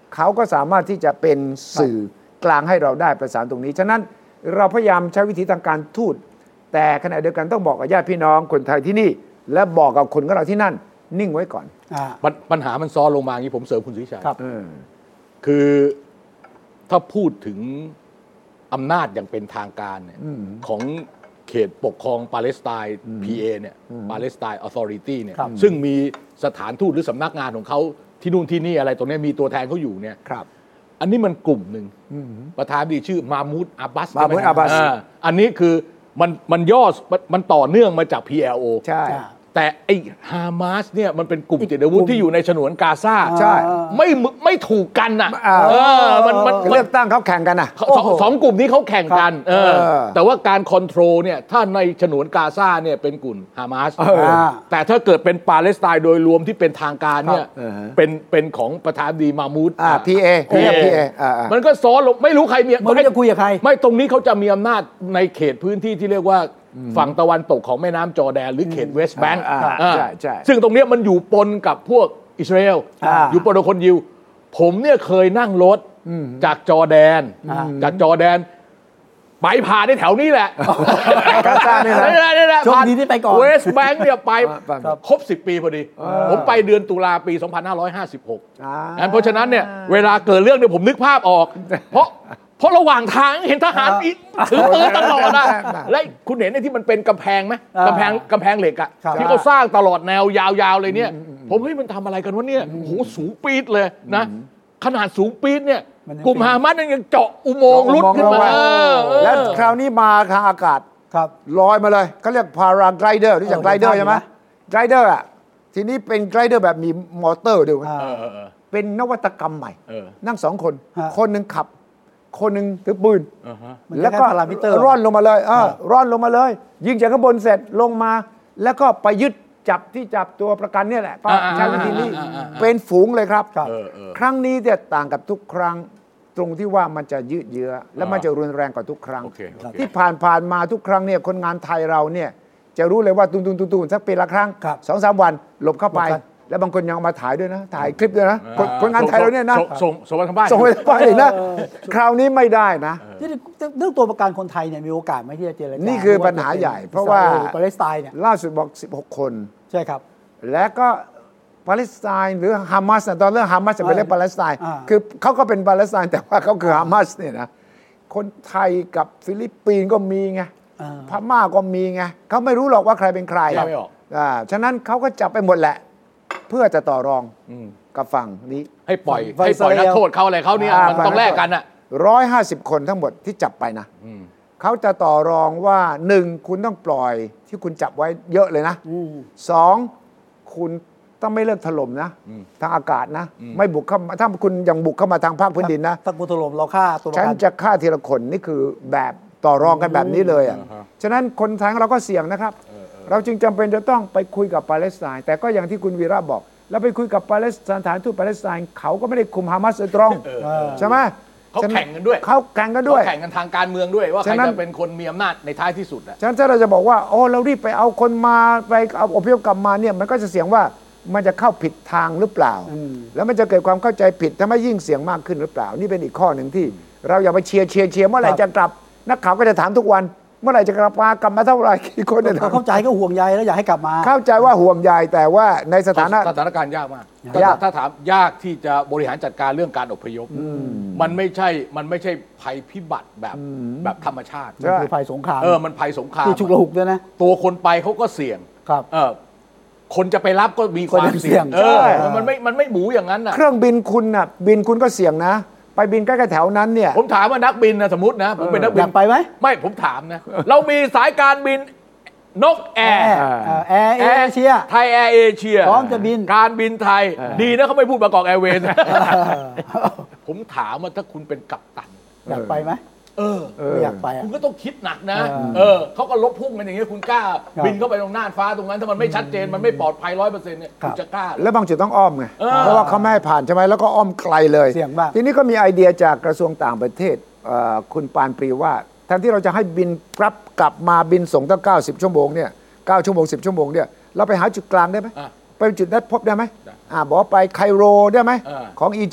เขาก็สามารถที่จะเป็นสื่อกลางให้เราได้ประสานตรงนี้ฉะนั้นเราพยายามใช้วิธีทางการทูตแต่ขณะเดียวกันต้องบอกกับญาติพี่น้องคนไทยที่นี่และบอกกับคนของเราที่นั่นนิ่งไว้ก่อนปัญปัญหามันซ้อนลงมาอย่างนี้ผมเสริมคุณสุวิชัยครับคือถ้าพูดถึงอำนาจอย่างเป็นทางการเนี่ยของเขตปกครองปาเลสไตน์ พี เอ เนี่ย Palestine Authority เนี่ยซึ่งมีสถานทูตหรือสำนักงานของเขาที่นู่นที่นี่อะไรตรงนี้มีตัวแทนเขาอยู่เนี่ยอันนี้มันกลุ่มหนึ่งประธานดีชื่อมามูดอาบัสมามูดอาบัสอันนี้คือมันมันย่อมันต่อเนื่องมาจาก พี แอล โอใช่แต่ไอ้ฮามาสเนี่ยมันเป็นกลุ่มติดอาวุธที่อยู่ในฉนวนกาซาใช่ไม่ไม่ถูกกันน่ะเออมันมันเลือกตั้งเขาแข่งกันน่ะสองกลุ่มนี้เขาแข่งกันเออแต่ว่าการคอนโทรลเนี่ยถ้าในฉนวนกาซาเนี่ยเป็นกลุ่มฮามาสแต่ถ้าเกิดเป็นปาเลสไตน์โดยรวมที่เป็นทางการเนี่ยเป็นเป็นของประธานดีมามูดพี เอ พี เอมันก็ซ้อนลงไม่รู้ใครมีไม่จะคุยกับใครไม่ตรงนี้เขาจะมีอำนาจในเขตพื้นที่ที่เรียกว่าฝั่งตะวันตกของแม่น้ำจอร์แดนหรือเขตเวสต์แบงก์ซึ่งตรงนี้มันอยู่ปนกับพวกอิสราเอลอยู่ปนกับคนยิวผมเนี่ยเคยนั่งรถจากจอร์แดนจากจอร์แดนไปผ่านในแถวนี้แหละกาซาเนี่ยนะช่วงนี้ที่ไปก่อนเวสต์แบงก์เนี่ยไปครบสิบปีพอดีผมไปเดือนตุลาปีสองพันห้าร้อยห้าสิบหกงั้นเพราะฉะนั้นเนี่ยเวลาเกิดเรื่องเนี่ยผมนึกภาพออกเพราะเพราะระหว่างทางเห็นทหารถือปืนตลอดนะและคุณเห็นไอ้ที่มันเป็นกำแพงไหมกำแพงกำแพงเหล็กอะที่เขาสร้างตลอดแนวยาวๆเลยเนี่ยผมเฮ้ยมันทำอะไรกันวะเนี่ยโอ้โหสูงปี๊ดเลยนะขนาดสูงปี๊ดเนี่ยกลุ่มฮามาสเนี่ยยังเจาะอุโมงค์ลุดขึ้นมาแล้วคราวนี้มาทางอากาศลอยมาเลยเขาเรียกพาราไกลเดอร์รู้จักไกลเดอร์ใช่ไหมไกลเดอร์อะทีนี้เป็นไกลเดอร์แบบมีมอเตอร์ด้วยเป็นนวัตกรรมใหม่นั่งสองคนคนหนึ่งขับคนหนึ่งถือปืนแล้วก็ร่อนลงมาเลยร่อนลงมาเลยยิงจากข้างบนเสร็จลงมาแล้วก็ไปยึดจับที่จับตัวประกันเนี่ยแหละก็ใช้วิธีนี้เป็นฝูงเลยครับครั้งนี้จะต่างกับทุกครั้งตรงที่ว่ามันจะยืดเยื้อและมันจะรุนแรงกว่าทุกครั้งที่ผ่านผ่านมาทุกครั้งเนี่ยคนงานไทยเราเนี่ยจะรู้เลยว่าตุนตุนตุนตุนสักปีละครั้งสองสามวันหลบเข้าไปแล้วบางคนยังมาถ่ายด้วยนะถ่ายคลิปด้วยนะคนงานไทยเราเนี่ยนะส่งส่งไปทางบ้านส่งไปทางบ้านนะคราวนี้ไม่ได้นะเรื่องตัวประกันคนไทยเนี่ยมีโอกาสไหมที่จะเจรจานี่คือปัญหาใหญ่เพราะว่าปาเลสไตน์เนี่ยล่าสุดบอกสิบหกคนใช่ครับและก็ปาเลสไตน์หรือฮามาสตอนเรื่องฮามาสจะเป็นเรื่องปาเลสไตน์คือเขาก็เป็นปาเลสไตน์แต่ว่าเขาคือฮามาสเนี่ยนะคนไทยกับฟิลิปปินส์ก็มีไงพม่าก็มีไงเขาไม่รู้หรอกว่าใครเป็นใครไม่ออกฉะนั้นเขาก็จับไปหมดแหละเพื่อจะต่อรองกับฝั่งนี้ให้ปล่อยให้ปล่อยนักโทษเขาอะไรเขาเนี่ยมันต้องแลกกันอ่ะร้อยห้าสิบคนทั้งหมดที่จับไปนะเขาจะต่อรองว่าหนึ่งคุณต้องปล่อยที่คุณจับไว้เยอะเลยนะสองคุณต้องไม่เลิกถล่มนะทางอากาศนะไม่บุกเข้าถ้าคุณยังบุกเข้ามาทางภาคพื้นดินนะถ้าคุณถล่มเราฆ่าตัวฉันจะฆ่าทีละคนนี่คือแบบต่อรองกันแบบนี้เลยอ่ะฉะนั้นคนไทยเราก็เสี่ยงนะครับเราจึงจำเป็นจะต้องไปคุยกับปาเลสไตน์แต่ก็อย่างที่คุณวีระบอกแล้วไปคุยกับปาเลสไตน์สถานทูตปาเลสไตน์เขาก็ไม่ได้คุมฮามาสโดยตรงใช่ไหมเขาแข่งกันด้วยเขาแข่งกันด้วยแข่งกันทางการเมืองด้วยว่าใครจะเป็นคนมีอำนาจในท้ายที่สุดอ่ะฉะนั้นถ้าเราจะบอกว่าโอ้เรารีบไปเอาคนมาไปเอาอพยพกลับมาเนี่ยมันก็จะเสี่ยงว่ามันจะเข้าผิดทางหรือเปล่าแล้วมันจะเกิดความเข้าใจผิดทำให้ยิ่งเสี่ยงมากขึ้นหรือเปล่านี่เป็นอีกข้อหนึ่งที่เราอย่าไปเชียร์เชียร์เชียร์เมื่อไหร่จะกลับนักข่าวก็จะถามทุกวันเมื่อไหร่จะกลับมากลับมาเท่าไหร่กี่คนเนี่ยเข้าใจก็ห่วงใยแล้วอยากให้กลับมาเข้าใจว่าห่วงใยแต่ว่าในสถานะสถานการณ์ยากมากถ้าถามยากที่จะบริหารจัดการเรื่องการอพยพมันไม่ใช่มันไม่ใช่ภัยพิบัติแบบแบบธรรมชาติมันคือภัยสงครามเออมันภัยสงครามที่ฉุกละหุกด้วยนะตัวคนไปเขาก็เสี่ยงครับเออคนจะไปรับก็มีความเสี่ยงเออมันไม่มันไม่หมูอย่างนั้นนะเครื่องบินคุณน่ะบินคุณก็เสี่ยงนะไปบินใกล้ๆแถวนั้นเนี่ยผมถามว่านักบินนะสมมตินะผมเป็นนักบินไปไหมไม่ผมถามนะเรามีสายการบินนกแอร์แอร์เอเชียไทยแอร์เอเชียพร้อมจะบินการบินไทยดีนะเขาไม่พูดบางกอกแอร์เวย์ผมถามว่าถ้าคุณเป็นกัปตันอยากไปไหมเอออยากไปคุณก็ต้องคิดหนักนะเออเขาก็ลบพุ่งกันอย่างเงี้ยคุณกล้าบินเข้าไปตรงน่านฟ้าตรงนั้นถ้ามันไม่ชัดเจนมันไม่ปลอดภัยร้อยเปอร์เซ็นต์เนี่ยคุณจะกล้าแล้วบางจุดต้องอ้อมไงเพราะว่าเขาไม่ให้ผ่านใช่ไหมแล้วก็อ้อมไกลเลยเสี่ยงบ้างทีนี้ก็มีไอเดียจากกระทรวงต่างประเทศคุณปานปรีว่าแทนที่เราจะให้บินกลับกลับมาบินส่งตั้งเก้าสิบชั่วโมงเนี่ยเก้าชั่วโมงสิบชั่วโมงเนี่ยเราไปหาจุดกลางได้ไหมไปจุดนัดพบได้ไหมอ่าบอกไปไคโรได้ไหมของอียิปต์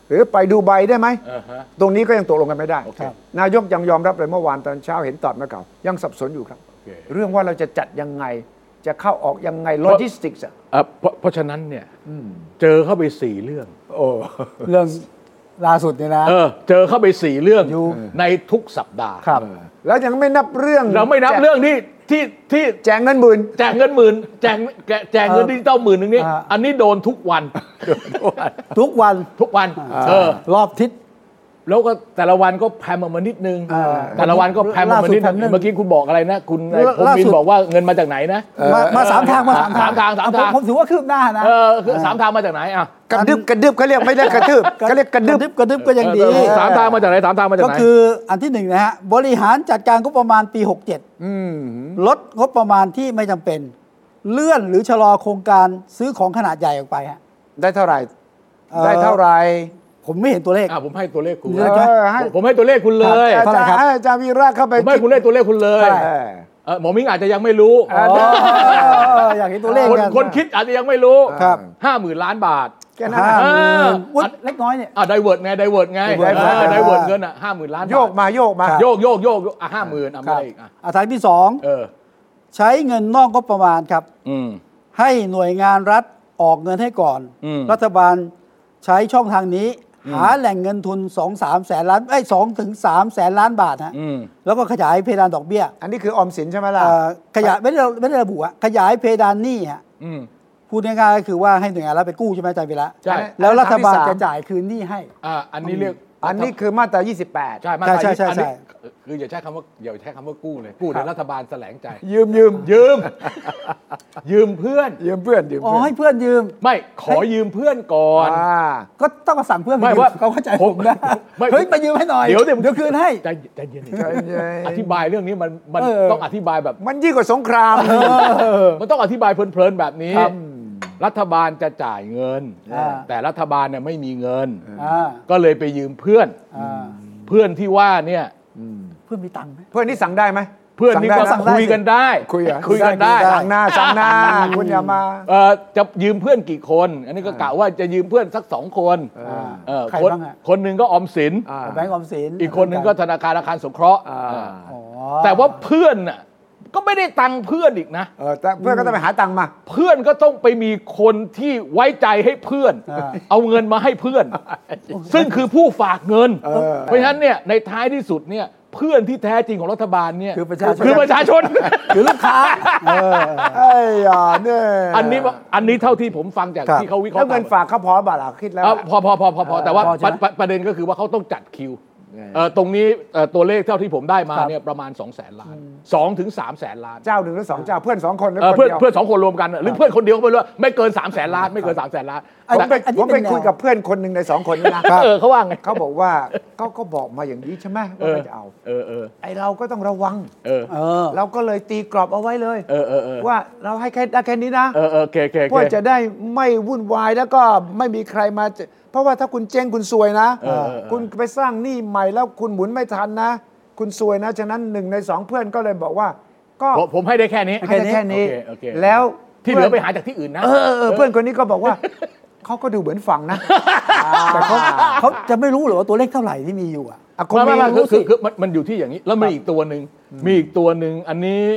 หรือไปดูไบได้ไหม uh-huh. ตรงนี้ก็ยังตกลงกันไม่ได้ okay. นายกยังยอมรับเลยเมื่อวานตอนเช้าเห็นตอบนักข่าวยังสับสนอยู่ครับ okay. เรื่องว่าเราจะจัดยังไงจะเข้าออกยังไงโลจิสติกส์อ่ะเพราะเพราะฉะนั้นเนี่ยเจอเข้าไปสี่เรื่องโอ้เรื่องล่าสุดเนี่ยนะเออเจอเข้าไปสี่เรื่องในทุกสัปดาห์ครับแล้วยังไม่นับเรื่องเราไม่นับเรื่องที่ที่ที่แจกเงินหมื่นแจกเงินหมื่นแจกแจกเงินดิจิตอลหมื่นนึงนี่อันนี้โดนทุกวันทุกวันทุกวันเออรอบทิศแล้วก็แต่ละวันก็แพมออกมานิดนึงแต่ละวันก็แพมออกมานิดนึงเมื่อกี้คุณบอกอะไรนะคุณผมมินบอกว่าเงินมาจากไหนนะมาสามทางมาสามทางสามทางสามทางผมถือว่าคืบหน้านะเออสามทางมาจากไหนอ่ะกระดึบกระดึบเขาเรียกไม่ได้กระดึบเขาเรียกกระดึบกระดึบก็ยังดีสามทางมาจากไหนสามทางมาจากไหนก็คืออันที่หนึ่งนะฮะบริหารจัดการงบประมาณปีหกสิบเจ็ดลดงบประมาณที่ไม่จำเป็นเลื่อนหรือชะลอโครงการซื้อของขนาดใหญ่ออกไปฮะได้เท่าไหร่ได้เท่าไหร่ผมไม่เห็นตัวเลขอ่ะผมให้ตัวเลขคุณผมให้ตัวเลขคุณเลยอาจารย์อาจารย์วีระเข้าไปผมให้คุณได้ตัวเลขคุณเลยหมอมิ้งอาจจะยังไม่รู้อยากเห็นตัวเลขกันคนคิดอาจจะยังไม่รู้ห้าหมื่นล้านบาทแค่นั้นเล็กน้อยเนี่ยอ่ะไดเวิร์ดไงไดเวิร์ดไงไดเวิร์ดเงินอ่ะห้าหมื่นล้านโยกมาโยกมาโยกโยกโยกอ่ะห้าหมื่นอ่ะไม่อ่ะทางที่สองใช้เงินนอกงบประมาณครับให้หน่วยงานรัฐออกเงินให้ก่อนรัฐบาลใช้ช่องทางนี้หาแหล่งเงินทุน สองถึงสาม แสนล้านไอ้สองถึงสามแสนล้านบาทฮะแล้วก็ขยายเพดานดอกเบี้ยอันนี้คือออมสินใช่ไหมล่ะขยายไม่ได้ไม่ได้ระบุอะขยายเพดานหนี้ฮะพูดง่ายๆก็คือว่าให้หน่วยงานรัฐไปกู้ใช่ไหมอาจารย์วีระใช่แล้วรัฐบาลจะจ่ายคืนหนี้ให้อ่าอันนี้เรียกอันนี้คือมาตรายี่สิบแปดใช่มาตรายี่สิบแปดคืออย่าใช้คำว่าอย่าใช้คำว่ากู้เลยกู้เดี๋ยวรัฐบาลแสลงใจยืมยืมยืมยืมเพื่อนยืมเพื่อนยืมอ๋อให้เพื่อนยืมไม่ขอยืมเพื่อนก่อนก็ต้องมาสั่งเพื่อนไม่ว่าเขาเข้าใจผมนะเฮ้ยไปยืมให้หน่อยเดี๋ยวเดี๋ยวคืนให้ใจใจเย็นอธิบายเรื่องนี้มันมันต้องอธิบายแบบมันยิ่งกว่าสงครามมันต้องอธิบายเพลินๆแบบนี้รัฐบาลจะจ่ายเงินแต่รัฐบาลเนี่ยไม่มีเงินก็เลยไปยืมเพื่อนเพื่อนที่ว่าเนี่ยเพื่อนมีตังค์ไหมเพื่อนนี่สั่งได้ไหมเพื่อนนี่ก็คุยกันได้คุยคุยกันได้สั่งหน้าสั่งหน้าคุณอย่ามาเออจะยืมเพื่อนกี่คนอันนี้ก็กะว่าจะยืมเพื่อนสักสองคนเออคนคนหนึ่งก็ออมสินแบงก์ออมสินอีกคนหนึ่งก็ธนาคารอาคารสงเคราะห์แต่ว่าเพื่อนน่ะก็ไม่ได้ตังค์เพื่อนอีกนะเออแต่เพื่อนก็ต้องไปหาตังค์มาเพื่อนก็ต้องไปมีคนที่ไว้ใจให้เพื่อนเอาเงินมาให้เพื่อนซึ่งคือผู้ฝากเงินเพราะฉะนั้นเนี่ยในท้ายที่สุดเนี่ยเพื่อนที่แท้จริงของรัฐบาลเนี่ยคือประชาชนคือประชาชนคือลูกค้าไอ้ยาเนี่ยอันนี้อันนี้เท่าที่ผมฟังจากที่เขาวิเคราะห์แล้วเงินฝากเขาพอบาทอ่ะคิดแล้วพอพอพอพอแต่ว่าประเด็นก็คือว่าเขาต้องจัดคิวตรงนี้ตัวเลขเท่าที่ผมได้มาเนี่ยประมาณ สองแสน ล้าน สองถึงสาม แสนล้านเจ้าหนึ่งหรือสองเจ้าเพื่อนสองคนหรือเพื่อนเพื่อนสองคนรวมกันหรือเพื่อนคนเดียวก็ไม่รู้ไม่เกิน สามแสน ล้านไม่เกิน สามแสน ล้านผมไปผมไปคุยกับเพื่อนคนหนึ่งในสองคนนี้นะเออเขาว่าไงเขาบอกว่าเขาก็บอกมาอย่างนี้ใช่ไหมว่าไม่จะเอาเออเออไอเราก็ต้องระวังเออเราก็เลยตีกรอบเอาไว้เลยเออเออว่าเราให้แค่ได้แค่นี้นะเออเออโอเคโอเคเพื่อจะได้ไม่วุ่นวายแล้วก็ไม่มีใครมาเพราะว่าถ้าคุณเจ๊งคุณซวยนะคุณไปสร้างหนี้ใหม่แล้วคุณหมุนไม่ทันนะคุณซวยนะฉะนั้นหนึ่งในสองเพื่อนก็เลยบอกว่าก็ผมให้ได้แค่นี้ให้ได้แค่นี้แล้วที่เหลือไปหาจากที่อื่นนะเออเพื่อนคนนี้ก็บอกว่าเขาก็ดูเหมือนฝั่งนะแต่เขาเขาจะไม่รู้หรอว่าตัวเลขเท่าไหร่ที่มีอยู่อ่ะไม่ไม่คือคือคือมันอยู่ที่อย่างนี้แล้วมีอีกตัวหนึ่งมีอีกตัวหนึ่งอันนี้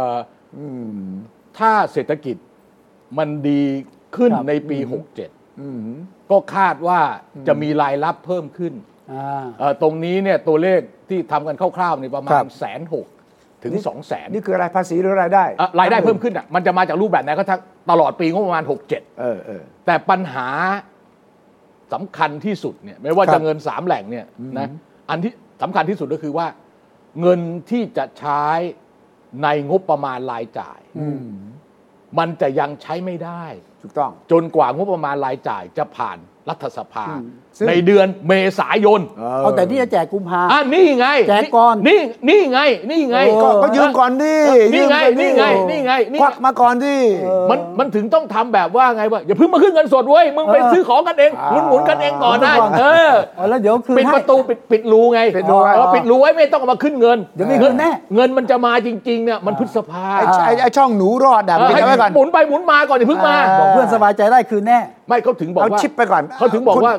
ถ้าเศรษฐกิจมันดีขึ้นในปีหกเจ็ดก็คาดว่าจะมีรายรับเพิ่มขึ้นตรงนี้เนี่ยตัวเลขที่ทำกันคร่าวๆในประมาณแสนหกถึงสองแสนนี่คืออะไรภาษีหรือรายได้รายได้เพิ่มขึ้นอ่ะมันจะมาจากรูปแบบไหนก็ทั้งตลอดปีงบประมาณหกเจ็ดแต่ปัญหาสำคัญที่สุดเนี่ยไม่ว่าจะเงินสามแหล่งเนี่ยนะอันที่สำคัญที่สุดก็คือว่าเงินที่จะใช้ในงบประมาณรายจ่ายมันจะยังใช้ไม่ได้ถูกต้องจนกว่างบประมาณรายจ่ายจะผ่านรัฐสภาในเดือนเมษายนเอาแต่ที่จะแจกกุมภาอ่ะนี่ไงแจกก่อนนี่นี่ไงนี่ไงก็ยืมก่อนดินี่ไงนี่ไงนี่ไงควักมาก่อนดิมันมันถึงต้องทำแบบว่าไงวะอย่าเพิ่งมาขึ้นเงินสดเว้ยมึงไปซื้อของกันเองหมุนหมุนกันเองก่อนได้เออแล้วเดี๋ยวคือปิดประตูปิดปิดรูไงปิดรูไว้ไม่ต้องมาขึ้นเงินเดี๋ยวไม่เงินแน่เงินมันจะมาจริงๆเนี่ยมันพฤษภาไอ้ช่องหนูรอดอ่ะปิดไว้ก่อนหมุนไปหมุนมาก่อนอย่าเพิ่งมาบอกเพื่อนสบายใจได้คืนแน่ไม่เขาถึงบอกว่าเอาชิปไปก่อนเขาถึงบอกว่าคนที่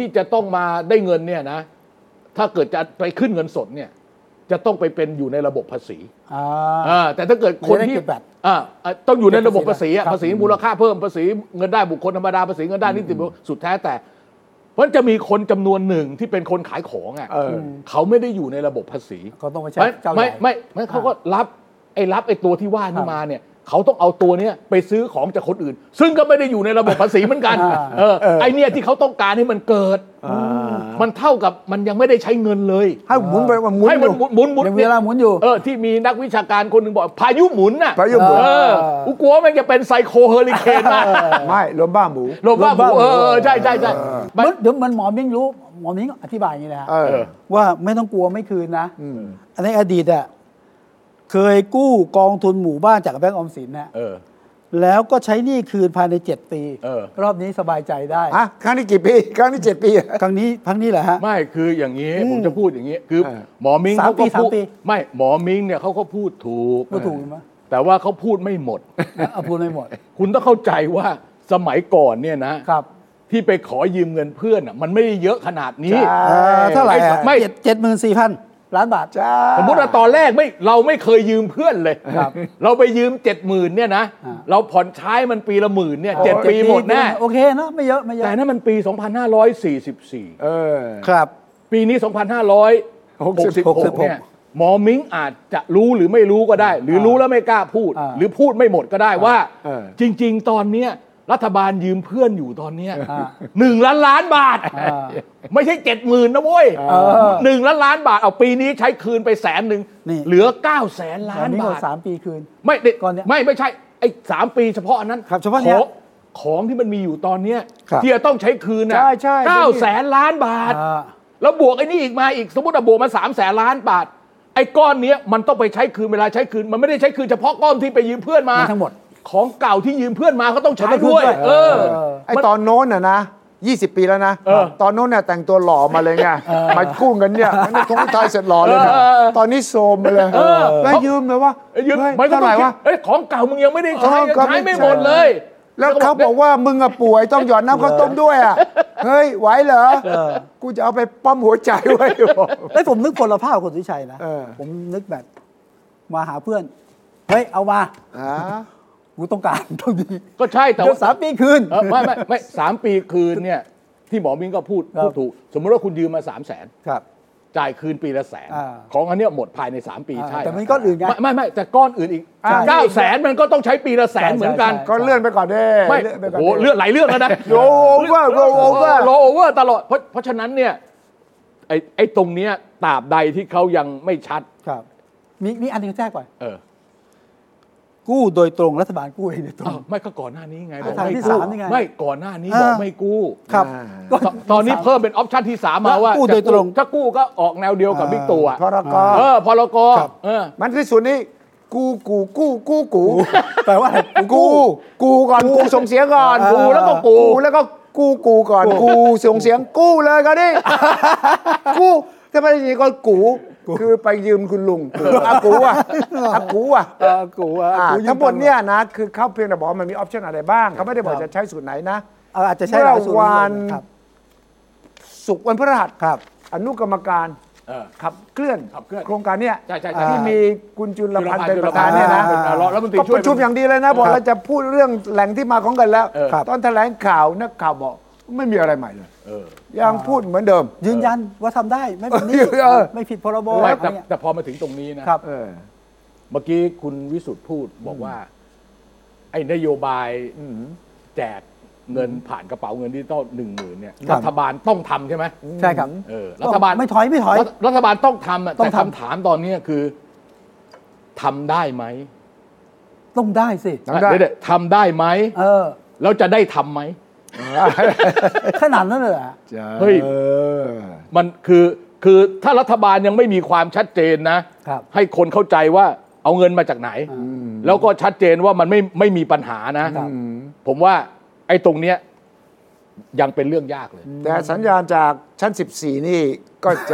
จะต้องมาได้เงินเนี่ยนะถ้าเกิดจะไปขึ้นเงินสดเนี่ยจะต้องไปเป็นอยู่ในระบบภาษีอ่าแต่ถ้าเกิดคนที่อ่าต้องอยู่ในระบบภาษีภาษีมูลค่าเพิ่มภาษีเงินได้บุคคลธรรมดาภาษีเงินได้นิติบุคคลสุดแท้แต่เพราะจะมีคนจำนวนหนึ่งที่เป็นคนขายของอ่ะเขาไม่ได้อยู่ในระบบภาษีเขาต้องไปใช้เจ้าใหญ่ไม่ไม่ไม่เขาก็รับไอ้รับไอ้ตัวที่ว่านี่มาเนี่ยเขาต้องเอาตัวเนี้ยไปซื้อของจากคนอื่นซึ่งก็ไม่ได้อยู่ในระบบภาษีเหมือนกันเออไอเนี้ยที่เขาต้องการให้มันเกิดมันเท่ากับมันยังไม่ได้ใช้เงินเลยให้หมุนไปมันหมุนให้มันหมุนหมุนเวลาหมุนอยู่เออที่มีนักวิชาการคนหนึ่งบอกพายุหมุนน่ะพายุหมุนเออกูกลัวมันจะเป็นไซโคเฮอริเคนมาไม่ลมบ้าหมูลมบ้าหมูเออใช่ใช่ใช่เดี๋ยวมันหมอมิ้งรู้หมอมิ้งอธิบายอย่างนี้นะฮะว่าไม่ต้องกลัวไม่คืนนะอันนี้อดีตอ่ะเคยกู้กองทุนหมู่บ้านจากแบงก์ออมสินนะแล้วก็ใช้หนี้คืนภายในเจ็ดปีรอบนี้สบายใจได้ฮะครั้งนี้กี่ปีครั้งนี้เจ็ดปีครั้งนี้ครั้งนี้แหละฮะไม่คืออย่างนี้ผมจะพูดอย่างนี้คือหมอมิงเขาก็พูดไม่หมอมิงเนี่ยเขาก็พูดถูกพูดถูกมั้ยแต่ว่าเขาพูดไม่หมดพูดไม่หมดคุณต้องเข้าใจว่าสมัยก่อนเนี่ยนะครับที่ไปขอยืมเงินเพื่อนอ่ะมันไม่ได้เยอะขนาดนี้เท่าไหร่ไม่ เจ็ดหมื่นสี่พันล้านบาทสมมติว่าตอนแรกไม่เราไม่เคยยืมเพื่อนเลยเราไปยืมเจ็ดหมื่นเนี่ยนะเราผ่อนใช้มันปีละหมื่นเนี่ยเจ็ดปีหมดแน่โอเคเนาะไม่เยอะไม่เยอะแต่นั่นมันปีสองพันห้าร้อยสี่สิบสี่เออครับปีนี้สองพันห้าร้อยหกสิบหกเนี่ยหมอมิงอาจจะรู้หรือไม่รู้ก็ได้หรือรู้แล้วไม่กล้าพูดหรือพูดไม่หมดก็ได้ว่าจริงๆตอนเนี้ยรัฐบาลยืมเพื่อนอยู่ตอนนี้หนึ่งล้านล้านบาทไม่ใช่เจ็ดหมื่นนะโว้ยหนึ่งล้านล้านบาทเอาปีนี้ใช้คืนไปแสนหนึ่งเหลือเก้าแสนล้านบาทสามปีคืนไม่ก่อนไม่ไม่ใช่ไอ้สามปีเฉพาะอันนั้นเฉพาะเนี้ยของที่มันมีอยู่ตอนนี้ที่จะต้องใช้คืนน่ะเก้าแสนล้านบาทแล้วบวกไอ้นี่อีกมาอีกสมมติว่าบวกมาสามแสนล้านบาทไอ้ก้อนนี้มันต้องไปใช้คืนเวลาใช้คืนมันไม่ได้ใช้คืนเฉพาะก้อนที่ไปยืมเพื่อนมาทั้งหมดของเก่าที่ยืมเพื่อนมาเขาต้องใช้ด้วยเออไอตอนโน้นน่ะนะยี่สิบปีแล้วนะตอนโน้นเนี่ยแต่งตัวหล่อมาเลยไงมากู้เงินเนี่ยมันทงทายเสร็จหล่อเลยนะตอนนี้โซมไปเลยแล้วยืมเลยว่ายืมไม่เท่าไหร่วะของเก่ามึงยังไม่ได้ใช้ใช้ไม่หมดเลยแล้วเขาบอกว่ามึงอะป่วยต้องหยอดน้ำข้าวต้มด้วยอะเฮ้ยไหวเหรอกูจะเอาไปปั๊มหัวใจไว้ไอ้ผมนึกพลภาพคุณสุชัยนะผมนึกแบบมาหาเพื่อนเฮ้ยเอามากูต้องการตรงนี้ก็ใช่แต่ว่าสามปีคืนไม่ไม่ไม่สามปีคืนเนี่ยที่หมอมิ้งก็พูดพูดถูกสมมติว่าคุณยืมมาสามแสนครับจ่ายคืนปีละแสนของอันเนี้ยหมดภายในสามปีใช่แต่มันก้อนอื่นไงไม่ไม่แต่ก้อนอื่นอีกเก้าแสนมันก็ต้องใช้ปีละแสนเหมือนกันก็เลื่อนไปก่อนได้ไม่โอ้เลื่อนหลายเรื่องแล้วนะโรเวอร์โรเวอร์โรเวอร์ตลอดเพราะเพราะฉะนั้นเนี่ยไอ้ไอ้ตรงเนี้ยตราบใดที่เขายังไม่ชัดครับมีมีอันนึงแทรกก่อนเออกู้โดยตรงรัฐบาลกู้เองโดยตรงไม่ก็ก่อนหน้านี้ไงบอกไม่กู้ไม่ก่อนหน้านี้บอกไม่กู้ครับตอนนี้เพิ่มเป็นออปชั่นที่สามมาว่ากู้โดยตรงถ้ากู้ก็ออกแนวเดียวกับบิ๊กตู่อ่ะพรกเออพรกมันที่สุดนี้กูกูกู้กู้กูแปลว่ากูกูก่อนกูส่งเสียงก่อนกูแล้วก็กูแล้วก็กูกูก่อนกูส่งเสียงกู้เลยก็ดิกู้ถ้าไม่ได้ยินก็กูคือไปยืมคุณลุงอากูอ่ะอากูอ่ะอากูอ่ะทั้งหมดเนี่ยนะคือเขาเพียงแต่บอกมันมีออปชั่นอะไรบ้างเขาไม่ได้บอกจะใช้สูตรไหนนะอาจจะใช้หลายสูตรวันศุกร์วันพฤหัสครับอนุกรรมการขับเคลื่อนโครงการเนี้ยที่มีคุณจุลพันธ์เป็นประธานเนี่ยนะก็ประชุมอย่างดีเลยนะบอกเราจะพูดเรื่องแหล่งที่มาของเงินแล้วตอนแถลงข่าวนักข่าวบอกไม่มีอะไรใหม่เลยยังพูดเหมือนเดิมยืนยันว่าทำได้ไม่เป็นนี้ไม่ผิดพรบแต่แต่พอมาถึงตรงนี้นะครับเมื่อกี้คุณวิสุทธ์พูดบอกว่าไอ้นโยบายแจกเงินผ่านกระเป๋าเงินดิจิตอลหนึ่งหมื่นเนี่ยรัฐบาลต้องทำใช่ไหมใช่ครับรัฐบาลไม่ถอยไม่ถอยรัฐบาลต้องทำแต่คำถามตอนนี้คือทำได้ไหมต้องได้สิทำได้ไหมแล้วจะได้ทำไหมขนาดนั้นเลยอ่ะเฮ้ยมันคือคือถ้ารัฐบาลยังไม่มีความชัดเจนนะให้คนเข้าใจว่าเอาเงินมาจากไหนแล้วก็ชัดเจนว่ามันไม่ไม่มีปัญหานะผมว่าไอ้ตรงเนี้ยยังเป็นเรื่องยากเลยแต่สัญญาณจากชั้นสิบสี่นี่ก็จะ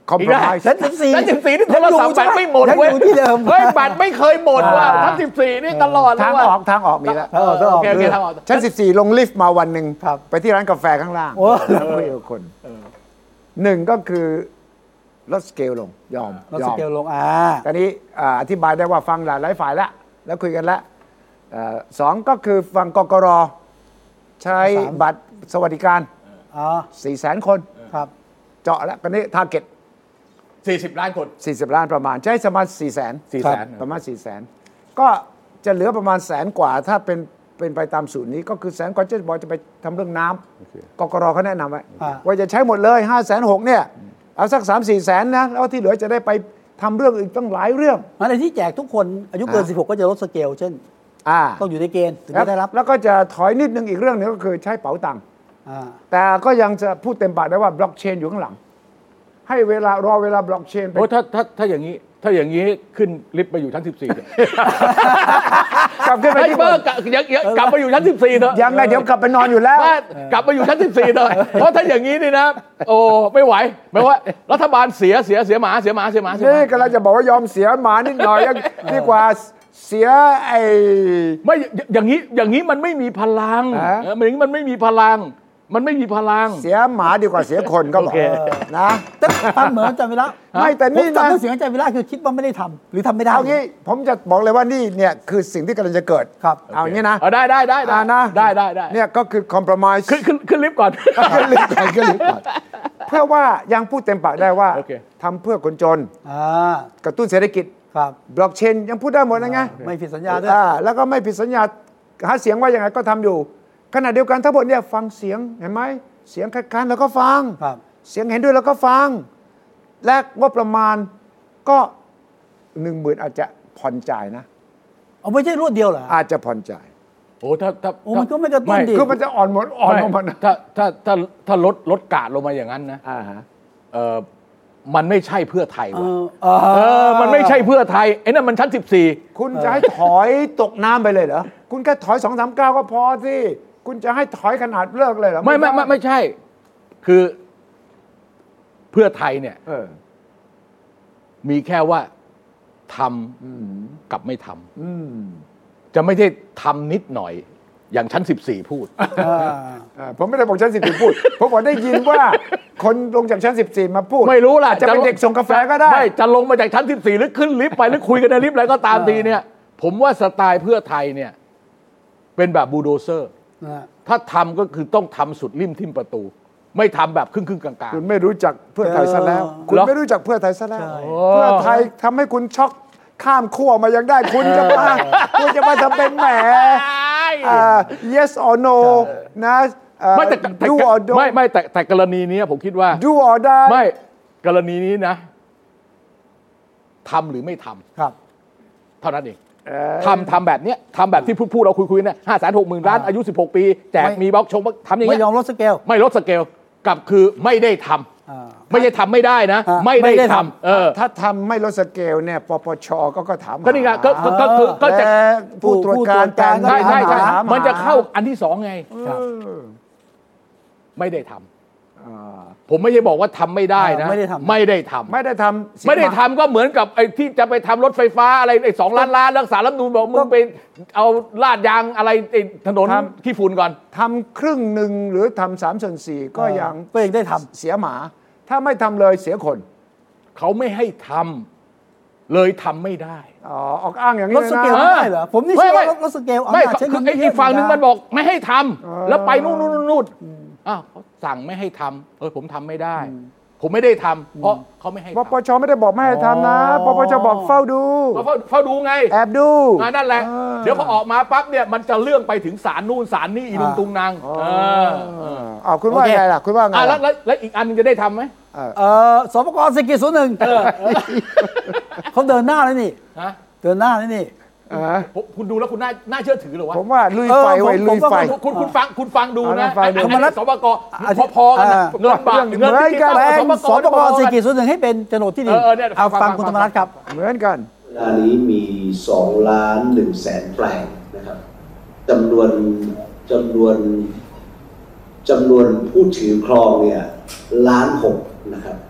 คอมโพรไมซ์แล้วสิบสี่แล้วสิบสี่นี่โทรศัพท์แบตไม่หมดเว้ยยังอยู่ที่เดิมเฮ้ยแบตไม่เคยหมดว่ะทั้งสิบสี่นี่ตลอดเลยทางว่ะออกทางออกมีแล้วทางออกทางออกโอเคโอเคทางออกชั้นสิบสี่ลงลิฟต์มาวันหนึ่งครับไปที่ร้านกาแฟข้างล่างโอ้แล้วคุยกับคนหนึ่งก็คือลดสเกลลงยอมลดยสอมเกลลงอ่าตอนนี้อ่าอธิบายได้ว่าฟังหลายหลายฝ่ายแล้วแล้วคุยกันแล้วเอ่อสองก็คือฟังกกรใช้สามบัตรสวัสดิการอ๋อสี่แสนคนครับเจาะแล้วกันนี้ทาร์เก็ตสี่สิบล้านคนสี่สิบล้านประมาณใช้ประมาณสี่แสนสี่แสนประมาณสี่แสนก็จะเหลือประมาณแสนกว่าถ้าเป็นเป็นไปตามสูตรนี้ก็คือแสนกว่าจะบอกจะไปทำเรื่องน้ำกกรเขาแนะนำไว้อ่าว่าจะใช้หมดเลยห้าแสนหกเนี่ยเอาสักสามสี่แสนนะแล้วที่เหลือจะได้ไปทำเรื่องอีกตั้งหลายเรื่องอะไรที่แจกทุกคนอายุเกินอ่าสิบหกก็จะลดสเกลเช่นอ่าต้องอยู่ในเกณฑ์ถึงแล้วจะได้รับแล้วก็จะถอยนิดนึงอีกเรื่องหนึงก็คือใช้เป๋าตังค์อ่าแต่ก็ยังจะพูดเต็มปากได้ว่าบล็อกเชนอยู่ข้างหลัง ให้เวลารอเวลาบล็อกเชนไปโอ้ถ้าถ้าถ้าอย่างนี้ถ้าอย่างนี้ขึ้นลิฟต์ไปอยู่ชั้นสิบสี่เถอะกลับขึ้นไปไอ้ที่เบอร์กลับยังยังกลับมาอยู่ชั้นสิบสี่เถอะยังไงเดี๋ยวกลับไปนอนอยู่แล้วว่ากลับมาอยู่ชั้นสิบสี่เถอะเพราะถ้าอย่างนี้นี่นะ โอ้ไม่ไหวแปลว่ารัฐบาลเสียเสียเสียหมาเสียหมาเสียหมาเสียหนี่มากำลังจะบอกว่ายอมเสียหมานิดหน่อยยังดีกว่าเสียไอ้ไม่อย่างนี้อย่างนี้มันไม่มีพลังฮะเออมันอย่างนี้มันไม่มีพลัง มันไม่มีพลังเสียหมาดีกว่าเสียคนก็บอกโอเคนะแต่ทำเหมือนจำเวลาไม่แต่ผมนี่จำนะเรื่องเสียงใจเวลาคือคิดว่าไม่ได้ทำหรือทำไม่ได้เอางี้ผมจะบอกเลยว่านี่เนี่ยคือสิ่งที่กำลังจะเกิดครับเอางี้นะเอาได้ได้ได้ได้อ่านะได้ได้ได้เนี่ยก็คือคอม p r o m i s e ขึ้นขึ้นขึ้นลิฟต์ก่อนขึ้นลิฟต์ก่อนขึ้นลิฟต์ก่อนเพื่อว่ายังพูดเต็มปากได้ว่าโอเคทำเพื่อคนจนอ่ากระตุ้นเศรษฐกิจครับบล็อกเชนยังพูดได้หมดนะไงไม่ผิดสัญญาด้วยอ่าแล้วก็ไม่ผิดสัญญาหาเสียงว่ายังไงก็ทำอยู่ขณะเดียวกันทั้งหมดเนี่ยฟังเสียงเห็นไหมเสียงคัดค้านแล้วก็ฟังครับเสียงเห็นด้วยแล้วก็ฟัง และงบประมาณก็หนึ่งหมื่นอาจจะผ่อนจ่ายนะเอาไม่ใช่รวดเดียวเหรออาจจะผ่อนจ่ายโอ้ถ้าถ้าโอ้มันก็ไม่กระตุ้นดิคือมันจะอ่อนหมดอ่อนลงมานะถ้าถ้าถ้าถ้าลดลดกาดลงมาอย่างนั้นนะอ่าฮะเออมันไม่ใช่เพื่อไทยเอว่ะอเออเออมันไม่ใช่เพื่อไทยไอ้นั่นมันชั้นสิบสี่คุณจะให้ถอยตกน้ำไปเลยเหรอคุณแค่ถอยสองสามก้าวก็พอสิคุณจะให้ถอยขนาดเลิกเลยเหรอไม่ไม่ไม่ไม่ใช่ คือเพื่อไทยเนี่ยเออมีแค่ว่าทำกับไม่ทำอืมจะไม่ได้ทำนิดหน่อย อย่างชั้นสิบสี่พูดอ่าอ่าผมไม่ได้บอกชั้นสิบสี่พูด ผมบอกได้ยินว่าคนลงจากชั้นสิบสี่มาพูดไม่รู้ล่ะอาจจะเป็นเด็กส่งกาแฟก็ได้ไม่จะลงมาจากชั้นสิบสี่หรือขึ้นลิฟต์ไปหรือคุยกันในลิฟต์อะไรก็ตามทีเนี่ย ผมว่าสไตล์เพื่อไทยเนี่ย เป็นแบบบูลโดเซอร์นะถ้าทำก็คือต้องทำสุดริมทิ่มประตู ไม่ทำแบบครึ่งครึ่งๆกลางคุณไม่รู้จักเพื่อไทยซะแล้ว คุณไม่รู้จักเพื่อไทยซะแล้วใช่เพื่อไทยทำให้คุณช็อกข้ามขั้วมายังได้คุณจะมาคุณจะมาทำเป็นแหมๆอ่า yes or no นะอ่าไม่แต่แต่ do or don't ไม่ไม่แต่แต่กรณีนี้ผมคิดว่า do or die ไม่กรณีนี้นะทำหรือไม่ทำครับเท่านั้นเองเอ่อทำทำแบบเนี้ยทำแบบที่พูดพูดเราคุยคุยเนี่ยห้าแสนหกหมื่นล้านอ่าอายุสิบหกปี แจกไม่มีบล็อกชงทำอย่างไม่เงี้ยยอมลดสเกลไม่ลดสเกลกับคือไม่ได้ทำอ่าไม่ใช่ทำไม่ได้นะอ่าไม่ไม่ได้ได้ทำทำเออถ้าทำไม่ลดสเกลเนี่ยปปชก็ก็ถามหาก็นี่ไงก็ก็ก็คือก็จะและผู้ตรวจการการผู้ตรวจการใช่ใช่ใช่ถามหามันจะเข้าอันที่สองไงครับเออไม่ได้ทำอ่าผมไม่ใช่บอกว่าทำไม่ได้นะไม่ได้ทำไม่ได้ทำไม่ได้ทำไม่ได้ทำก็เหมือนกับไอ้ที่จะไปทำรถไฟฟ้าอะไรไอ้สองล้านล้านรักษารัฐธรรมนูญบอกมึงไปเอาลาดยางอะไรไอ้ถนนขี้ฝุ่นก่อนทำครึ่งหนึ่งหรือทำสามส่วนสี่ก็ยังก็ยังได้ทำเสียหมา ถ้าไม่ทำเลยเสียคนเขาไม่ให้ทำเลยทำไม่ได้อ๋อออกอ้างอย่างลนี้ดเลยสนะเกลไม่ได้เหรอผมนี่เชื่อว่าลดสเกลไม่อำนาจใช้คืเงิอน ไอ้อีกฝั่งหนึ่งมันบอกไม่ให้ทำแล้วไปนู่นนู่นนู่นอ้าวเขาสั่งไม่ให้ทำเออผมทำไม่ได้ ผมไม่ได้ทำเพราะเขาไม่ให้ปทำปชไม่ได้บอกไม่ให้ทำนะปปชบอกเฝ้าดูเขาเฝ้าเฝ้าดูไงแอบดูอ่านั่นแหละเออเดี๋ยวพอออกมาปั๊บเนี่ยมันจะเรื่องไปถึงศาลนู่นศาลนี่อีลุงตุงนางเอออ้าวคุณว่าไงล่ะคุณว่าไงอ่ะแล้วล่ะแล้วแล้วอีกอันนึงจะได้ทำไหมเออสปกรเศรษฐกิจศูนย์หนึ่งเขาเดินหน้าแล้วนี่ฮะเดินหน้าแล้วนี่อ่าผมคุณดูแล้วคุณน่าน่าเชื่อถือเหรอวะผมว่าลุยเออไฟไว้ผมลุยผมไฟก็คุณคุณฟังคุณฟังดูนะเอาฟังดูไอ้ไอ้สปกอาทิตย์พอๆกันนะอ่าเงินบาทเหมืเงินอนดิจิกัตนอลแปลงสปสปกกเศรษฐกิจศูนย์หนึ่งให้เป็นโฉนดที่ดินเออเออเนี่ยเอาฟังฟังฟังคุณธรรมรัตน์ครับเหมือนกันเวลานี้มีสองล้านหนึ่งแสนแปลงนะครับจำนวนจำนวนจำนวนผู้ถือครองเนี่ยล้านหกนะครับ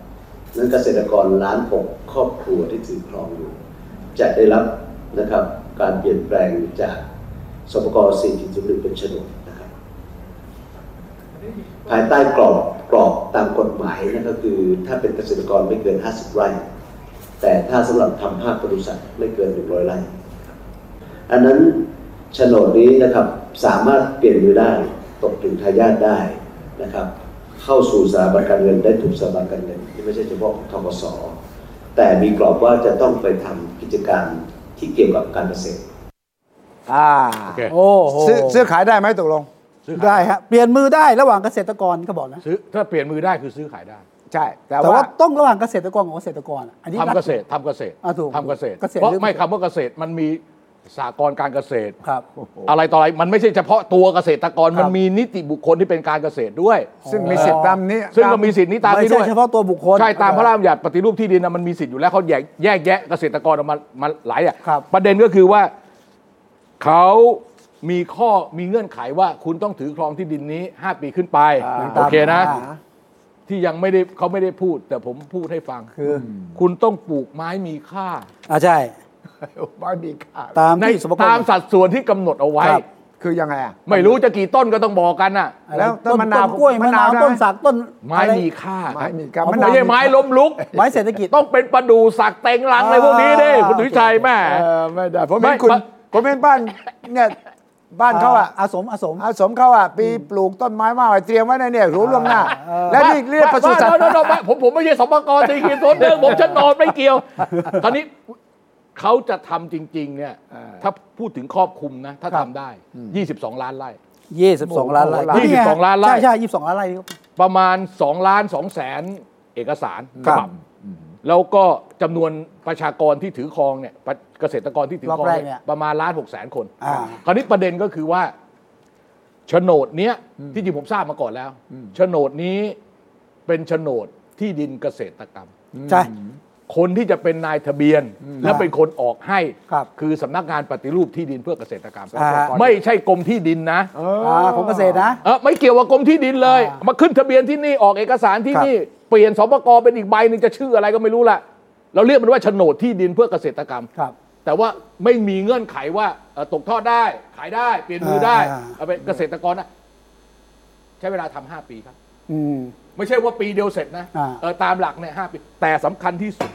นั้นเกษตรกรล้านหกครอบครัวที่ถือครองอยู่จะได้รับนะครับการเปลี่ยนแปลงจากสปก สี่จุดศูนย์หนึ่ง เป็นโฉนดนะครับภายใต้กรอบกรอบตามกฎหมายนั่นก็คือถ้าเป็นเกษตรกรไม่เกินห้าสิบไร่แต่ถ้าสำหรับทำภาคปศุสัตว์ไม่เกินหนึ่งร้อยไร่อันนั้นโฉนดนี้นะครับสามารถเปลี่ยนมือได้ตกถึงทายาทได้นะครับเข้าสู่สถาบันการเงินได้ถูกสถาบันการเงินที่ไม่ใช่เฉพาะธกส.แต่มีกรอบว่าจะต้องไปทำกิจการที่เกี่ยวกับการเกษตรอ่าโอ้ซื้อซื้อขายได้ไหมตกลงได้ฮะเปลี่ยนมือได้ระหว่างเกษตรกรเขาบอกนะซื้อถ้าเปลี่ยนมือได้คือซื้อขายได้ใช่แต่ว่าต้องระหว่างเกษตรกรกับเกษตรกรอันนี้ทำเกษตรทำเกษตรทำเกษตรเพราะไม่คำว่าเกษตรมันมีสหกรณ์การเกษตรอะไรต่ออะไรมันไม่ใช่เฉพาะตัวเกษตรกรมันมีนิติบุคคลที่เป็นการเกษตรด้วยซึ่งมีสิทธิ์ตามนี้ซึ่งก็มีสิทธิ์นี้ตามนี้ด้วยไม่ใช่เฉพาะตัวบุคคลใช่ตามพระราชบัญญัติปฏิรูปที่ดินมันมีสิทธิ์อยู่แล้วเขาแยกแยกแยะเกษตรกรออกมามาหลายอ่ะประเด็นก็คือว่าเขามีข้อมีเงื่อนไขว่าคุณต้องถือครองที่ดินนี้ห้าปีขึ้นไปโอเคนะที่ยังไม่ได้เขาไม่ได้พูดแต่ผมพูดให้ฟังคือคุณต้องปลูกไม้มีค่าอ่าใช่ไม้มีค่าตามในตามสัดส่วนที่กำหนดเอาไว้คือยังไงอ่ะไม่รู้จะกี่ต้นก็ต้องบอกกันน่ะแล้วต้นมะนาวกล้วยมะนาวต้นสักต้นไม้มีค่าไม้มีค่าไม่ใช่ไม้ล้มลุกไม้เศรษฐกิจต้องเป็นประดู่สักเต็งรังอะไรพวกนี้ดิคุณดุชัยแม่ไม่ได้ผมเป็นคุณผมเป็นบ้านเนี่ยบ้านเขาอ่ะอาสมอาสมอาสมเขาอ่ะปีปลูกต้นไม้มาไว้เตรียมไว้ในเนี่ยรู้ล่วงหน้าแล้วนี่เรียกปศุสัตว์ผมผมไม่ใช่สปก.ตีกินต้นเรื่องผมฉันนอนไม่เกี่ยวคราวนี้เขาจะทำจริงๆเนี่ยถ้าพูดถึงครอบคลุมนะถ้าทำได้ยี่สิบสองล้านไร่ยี่สิบสองล้านไร่ยี่สิบสองล้านไร่ใช่ใช่ยี่สิบสองล้านไร่ประมาณสองล้านสองแสนเอกสารฉบับแล้วก็จำนวนประชากรที่ถือครองเนี่ยเกษตรกรที่ถือครองเนี่ยประมาณล้านหกแสนคนคราวนี้ประเด็นก็คือว่าโฉนดเนี้ยที่จริงผมทราบมาก่อนแล้วโฉนดนี้เป็นโฉนดที่ดินเกษตรกรรมใช่คนที่จะเป็นนายทะเบียนและเป็นคนออกให้คือสำนักงานปฏิรูปที่ดินเพื่อเกษตรกรรมไม่ใช่กรมที่ดินนะกรมเกษตรนะเออไม่เกี่ยวกับกรมที่ดินเลยมาขึ้นทะเบียนที่นี่ออกเอกสารที่นี่เปลี่ยนสปก.เป็นอีกใบนึงจะชื่ออะไรก็ไม่รู้ละเราเรียกมันว่าโฉนดที่ดินเพื่อเกษตรกรรมแต่ว่าไม่มีเงื่อนไขว่าตกทอดได้ขายได้เปลี่ยนมือได้เอาเป็นเกษตรกรนะใช้เวลาทำห้าปีครับไม่ใช่ว่าปีเดียวเสร็จนะเออตามหลักเนี่ยห้าปีแต่สำคัญที่สุด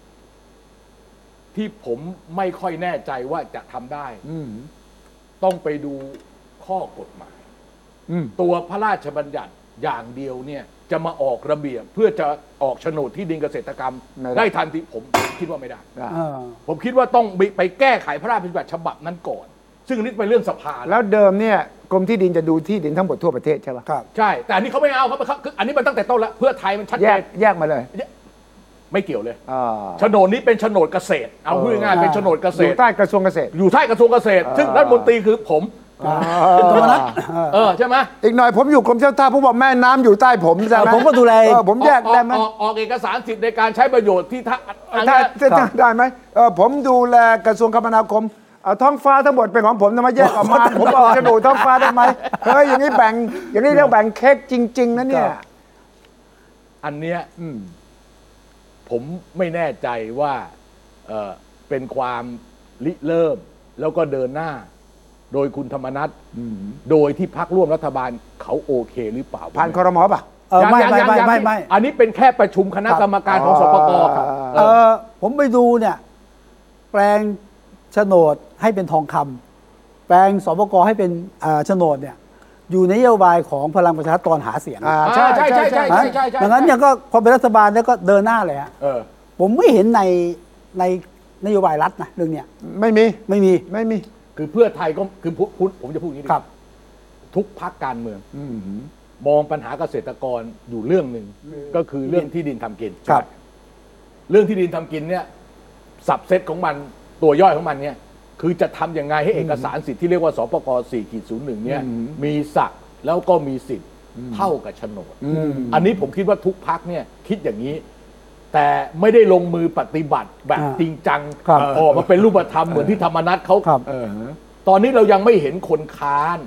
ที่ผมไม่ค่อยแน่ใจว่าจะทำได้ต้องไปดูข้อกฎหมายตัวพระราชบัญญัติอย่างเดียวเนี่ยจะมาออกระเบียบเพื่อจะออกโฉนดที่ดินเกษตรกรรมได้ทันทีผมคิดว่าไม่ได้ผมคิดว่าต้องไปแก้ไขพระราชบัญญัติฉบับนั้นก่อนซึ่งนี่เป็นเรื่องสภาแล้วเดิมเนี่ยกรมที่ดินจะดูที่ดินทั้งหมดทั่วประเทศใช่ไหมครับใช่แต่อันนี้เขาไม่เอาเขาคืออันนี้มันตั้งแต่ต้นแล้วเพื่อไทยมันชัดเจนแยกมาเลยไม่เกี่ยวเลยโฉนดนี้เป็นโฉนดเกษตรเอาพูดง่ายๆเป็นโฉนดเกษตรอยู่ใต้กระทรวงเกษตรอยู่ใต้กระทรวงเกษตรซึ่งรัฐมนตรีคือผมธรรมนัสเออใช่ไหมอีกหน่อยผมอยู่กรมเจ้าท่าผมบอกแม่น้ำอยู่ใต้ผมใช่ไหมผมก็ดูแลผมแยกได้ไหมออกเอกสารสิทธิ์ในการใช้ประโยชน์ที่ท่าได้ไหมผมดูแลกระทรวงคมนาคมท้องฟ้าทั้งหมดเป็นของผมทำไมแยกออกมาผมออกโฉนดท้องฟ้าได้ไหมเฮ้ยอย่างนี้แบ่งอย่างนี้เรียกแบ่งเค้กจริงๆนะเนี่ยอันเนี้ยผมไม่แน่ใจว่าเอ่อเป็นความริเริ่มแล้วก็เดินหน้าโดยคุณธรรมนัสโดยที่พรรคร่วมรัฐบาลเขาโอเคหรือเปล่าผ่านครม.ป่ะไม่ไม่ไม่ไม่ไม่อันนี้เป็นแค่ประชุมคณะกรรมการของสปก. เออผมไปดูเนี่ยแปลงโฉนดให้เป็นทองคำแปลงสปก.ให้เป็นโฉนดเนี่ยอยู่ในนโยบายของพลังประชารัฐตอนหาเสียงใช่ใช่ใช่ใช่ใช่ใช่ดังนั้นเนี่ยก็พอเป็นรัฐบาลแล้วก็เดินหน้าเลยฮะผมไม่เห็นในในนโยบายรัฐนะเรื่องเนี้ยไม่มีไม่มีไม่มีคือเพื่อไทยก็คือพูดผมจะพูดอย่างนี้ครับทุกพรรคการเมืองมองปัญหาเกษตรกรอยู่เรื่องหนึ่งก็คือเรื่องที่ดินทำกินเรื่องที่ดินทำกินเนี่ยสับเซตของมันตัวย่อยของมันเนี่ยคือจะทำยังไงให้เอกสารสิทธิ์ที่เรียกว่าสปก สี่จุดศูนย์หนึ่ง เนี่ยมีศักดิ์แล้วก็มีสิทธิ์เท่ากับโฉนดอันนี้ผมคิดว่าทุกพรรคเนี่ยคิดอย่างนี้แต่ไม่ได้ลงมือปฏิบัติแบบจริงจังออกมาเป็นรูปธรรมเหมือนที่ธรรมนัสเขาตอนนี้เรายังไม่เห็นคนค้าน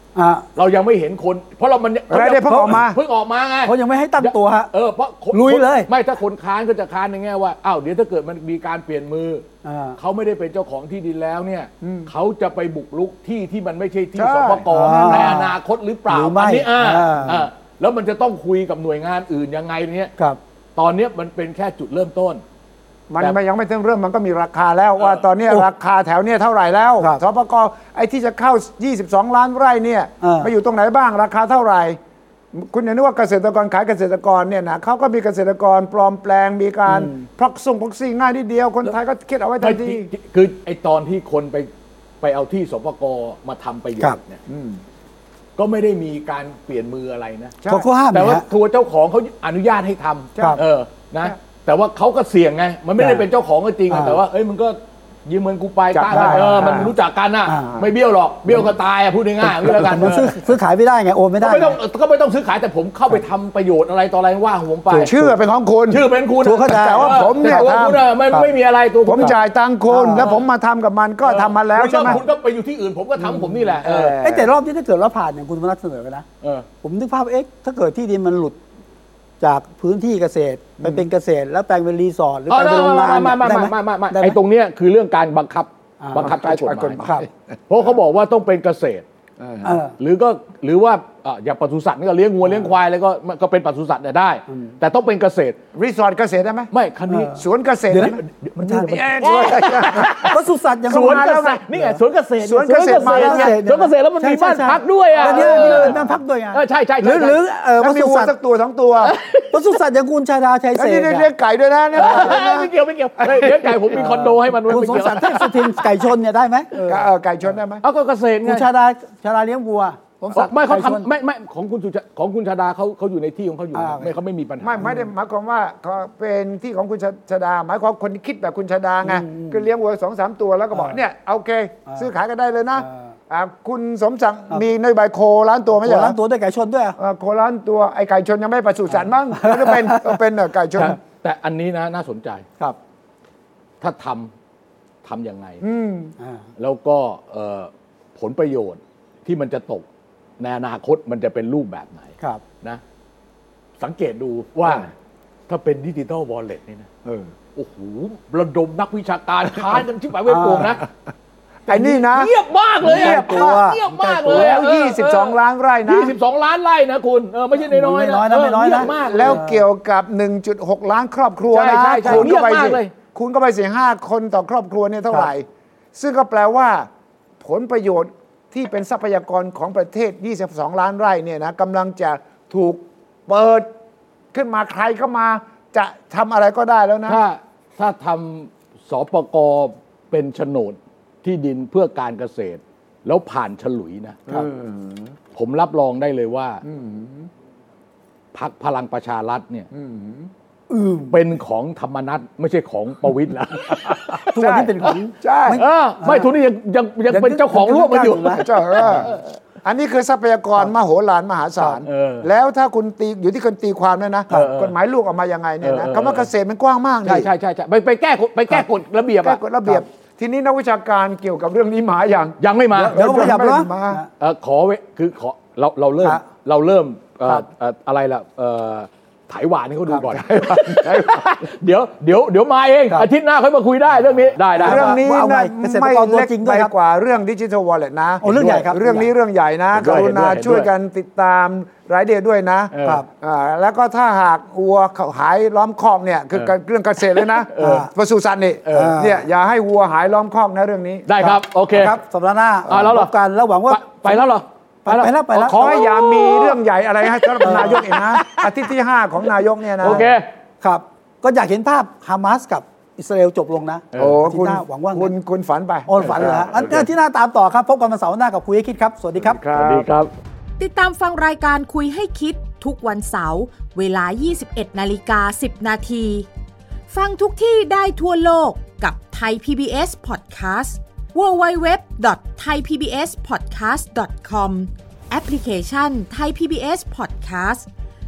เรายังไม่เห็นคนเพราะเรามันรายได้เพิ่งออกมาเพิ่งออกมาไงเพราะยังไม่ให้ตั้งตัวฮะเออเพราะลุยเลยไม่ถ้าคนค้านก็จะค้านในแง่ว่าอ้าวเดี๋ยวถ้าเกิดมันมีการเปลี่ยนมือเขาไม่ได้เป็นเจ้าของที่ดินแล้วเนี่ยเขาจะไปบุกรุกที่ที่มันไม่ใช่ที่สปก.ในอนาคตหรือเปล่าอันนี้อ่าแล้วมันจะต้องคุยกับหน่วยงานอื่นยังไงเนี่ยตอนนี้มันเป็นแค่จุดเริ่มต้นมันยังไม่เริ่มมันก็มีราคาแล้วว่าตอนนี้ราคาแถวเนี้ยเท่าไหร่แล้วสปก.ไอ้ที่จะเข้ายี่สิบสองล้านไร่เนี่ยมาอยู่ตรงไหนบ้างราคาเท่าไหร่คุณอย่านึกว่าเกษตรกรขายเกษตรกรเนี่ยนะเขาก็มีเกษตรกรปลอมแปลงมีการพร็อกซ์พร็อกซี่ง่ายนิดเดียวคนไทยก็คิดเอาไว้ทันทีคือไอ้ตอนที่คนไปไปเอาที่สปก.มาทำประโยชน์เนี่ยก็ไม่ได้มีการเปลี่ยนมืออะไรนะแต่ว่าตัวเจ้าของเขาอนุญาตให้ทำเออนะแต่ว่าเขาก็เสี่ยงไงมันไม่ได้เป็นเจ้าของก็จริงแต่ว่าเอ้ยมันก็ยืมเงินกูไปตั้งเออมันรู้จักกันน่ะไม่เบี้ยวหรอกเบี้ยวก็ตายอ่ะพูดง่ายๆนี่แล้วกันมันซื้อขายไม่ได้ไงโอนไม่ได้ไม่ต้องก็ไม่ต้องซื้อขายแต่ผมเข้าไปทำประโยชน์อะไรต่ออะไรว่าผมไปชื่อเป็นของคุณชื่อเป็นคุณแต่ว่าผมเนี่ยตัวคุณไม่ไม่มีอะไรตัวผมจ่ายตังค์คุณแล้วผมมาทำกับมันก็ทำมาแล้วใช่ไหมคุณก็ไปอยู่ที่อื่นผมก็ทำผมนี่แหละเออแต่รอบนี้ถ้าเกิดเราผ่านอย่างคุณธรรมนัสเสนอกันนะผมนึกภาพเอ๊ะถ้าเกิดที่ดินมันหลุดจากพื้นที่เกษตรไปเป็นเกษตรแล้วแปลงเป็นรีสอร์ทหรือแปลงเป็นโรงงานได้ไหมไอ้ตรงเนี้ยคือเรื่องการบังคับบังคับใช้กฎหมายเพราะเขาบอกว่าต้องเป็นเกษตรหรือก็หรือว่าอย่างปศุสัตว์นี่ก็เลี้ยงงัวเลี้ยงควายแล้วก็ก็เป็นปศุสัตว์ได้ แต่ต้องเป็นเกษตรรีสอร์ทเกษตรได้ไหมไม่คันนี้สวนเกษตรได้ไหมมันใช่ปศุสัตว์ยังสวนเกษตรนี่ไงสวนเกษตรสวนเกษตรมาแล้วสวนเกษตรแล้วมันมีบ้านพักด้วยอ่ะเนี่ยบ้านพักด้วยไงใช่ใช่หรือหรือปศุสัตว์สักตัวสองตัวปศุสัตว์อย่างคุณชาดาชัยเศษนี่เลี้ยงไก่ด้วยนะเนี่ยไม่เกี่ยวไม่เกี่ยวเลี้ยงไก่ผมมีคอนโดให้มันคุณสมศักดิ์เทพสุทินไก่ชนเนี่ยได้ไหมไก่ชนได้ไหมเอาก็เกษตรไงคุณชาดาชาดาเลี้ยงวัวไม่เขาทำไม่ไม่ของคุณสุของคุณชาดาเขาเขาอยู่ในที่ของเขาอยู่ไม่เขาไม่มีปัญหาไม่ไม่ได้หมายความว่าเขาเป็นที่ของคุณชาดาหมายความคนที่คิดแบบคุณชาดาไงคือเลี้ยงวัวสองสามตัวแล้วก็บอกเนี่ยโอเคซื้อขายกันได้เลยนะคุณสมศักดิ์มีนโยบายโคล้านตัวไหมล้านตัวด้วยไก่ชนด้วยโคล้านตัวไอไก่ชนยังไม่ปศุสัตว์มั้งก็เป็นเป็นไก่ชนแต่อันนี้นะน่าสนใจครับถ้าทำทำยังไงแล้วก็ผลประโยชน์ที่มันจะตกในอนาคตมันจะเป็นรูปแบบไหนนะสังเกตดูว่าถ้าเป็นดิจิตอลวอลเล็ตนี่นะโอ้โหระดมนักวิชาการค้านกันชิบหายเว็บโกงนะไอ้นี่นะเงียบมากเลยเงียบเงียบมากเลยแล้วยี่สิบสองล้านไร่นะยี่สิบสองล้านไร่นะคุณเออไม่ใช่น้อยๆนะไม่น้อยนะมากแล้วเกี่ยวกับ หนึ่งจุดหก ล้านครอบครัวนะคูณเข้าไปสิคูณเข้าไปสิห้าคนต่อครอบครัวเนี่ยเท่าไหร่ซึ่งก็แปลว่าผลประโยชน์ที่เป็นทรัพยากรของประเทศยี่สิบสองล้านไร่เนี่ยนะกำลังจะถูกเปิดขึ้นมาใครเข้ามาจะทำอะไรก็ได้แล้วนะถ้าถ้าทำสปก.เป็นโฉนดที่ดินเพื่อการเกษตรแล้วผ่านฉลุยนะผมรับรองได้เลยว่าพรรคพลังประชารัฐเนี่ยเป็นของธรรมนัสไม่ใช่ของประวิตรแล้วทุกวันนี้เป็นของใช่ไม่ทุกนี้ยังยังยังเป็นเจ้าของร่วมกันอยู่เจ้าอันนี้คือทรัพยากรมโหฬารมหาศาลแล้วถ้าคุณตีอยู่ที่คนตีความเนี่ยนะกฎหมายลูกออกมายังไงเนี่ยนะคำว่าเกษตรมันกว้างมากใช่ใช่ใช่ไปไปแก้ไปแก้กฎระเบียบแก้กฎระเบียบทีนี้นักวิชาการเกี่ยวกับเรื่องนี้มาอย่างยังไม่มาเดี๋ยวขยับแล้วขอไว้คือขอเราเราเริ่มเราเริ่มอะไรล่ะไถหวานให้เขาดูก่อนเดี๋ยวเดี๋ยวเดี๋ยวมาเองอาทิตย์หน้าค่อยมาคุยได้เรื่องนี้ได้ได้เรื่องนี้ไม่เล็กไปกว่าเรื่องดิจิทัลวอลเล็ตนะเรื่องใหญ่ครับเรื่องนี้เรื่องใหญ่นะกรุณาช่วยกันติดตามรายเดือนด้วยนะครับแล้วก็ถ้าหากวัวหายล้อมคอกเนี่ยคือเรื่องเกษตรเลยนะปศุสัตว์นี่เนี่ยอย่าให้วัวหายล้อมคอกนะเรื่องนี้ได้ครับโอเคครับสัปดาห์หน้าแล้วหรอกันแล้วหวังว่าไปแล้วหรอไปแล้วไปแล้วขอให้อย่ามีเรื่องใหญ่อะไรให้สำหรับนายกเองนะอาทิตย์ที่ห้าของนายกเนี่ยนะโอเคครับก็อยากเห็นภาพฮามาสกับอิสราเอลจบลงนะโอ้คุณหวังว่าคุณคุณฝันไปโอ้ฝันเหรออันที่หน้าตามต่อครับพบกันวันเสาร์หน้ากับคุยให้คิดครับสวัสดีครับสวัสดีครับติดตามฟังรายการคุยให้คิดทุกวันเสาร์เวลา ยี่สิบเอ็ดนาฬิกาสิบนาทีฟังทุกที่ได้ทั่วโลกกับ Thai พี บี เอส Podcastดับเบิลยู ดับเบิลยู ดับเบิลยู ดอท ไทยพีบีเอสพอดแคสต์ ดอท คอม แอปพลิเคชัน Thai พี บี เอส Podcast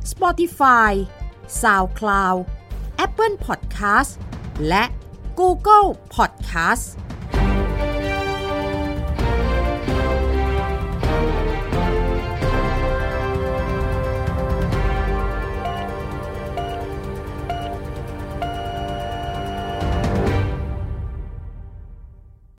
Spotify SoundCloud Apple Podcast และ Google Podcast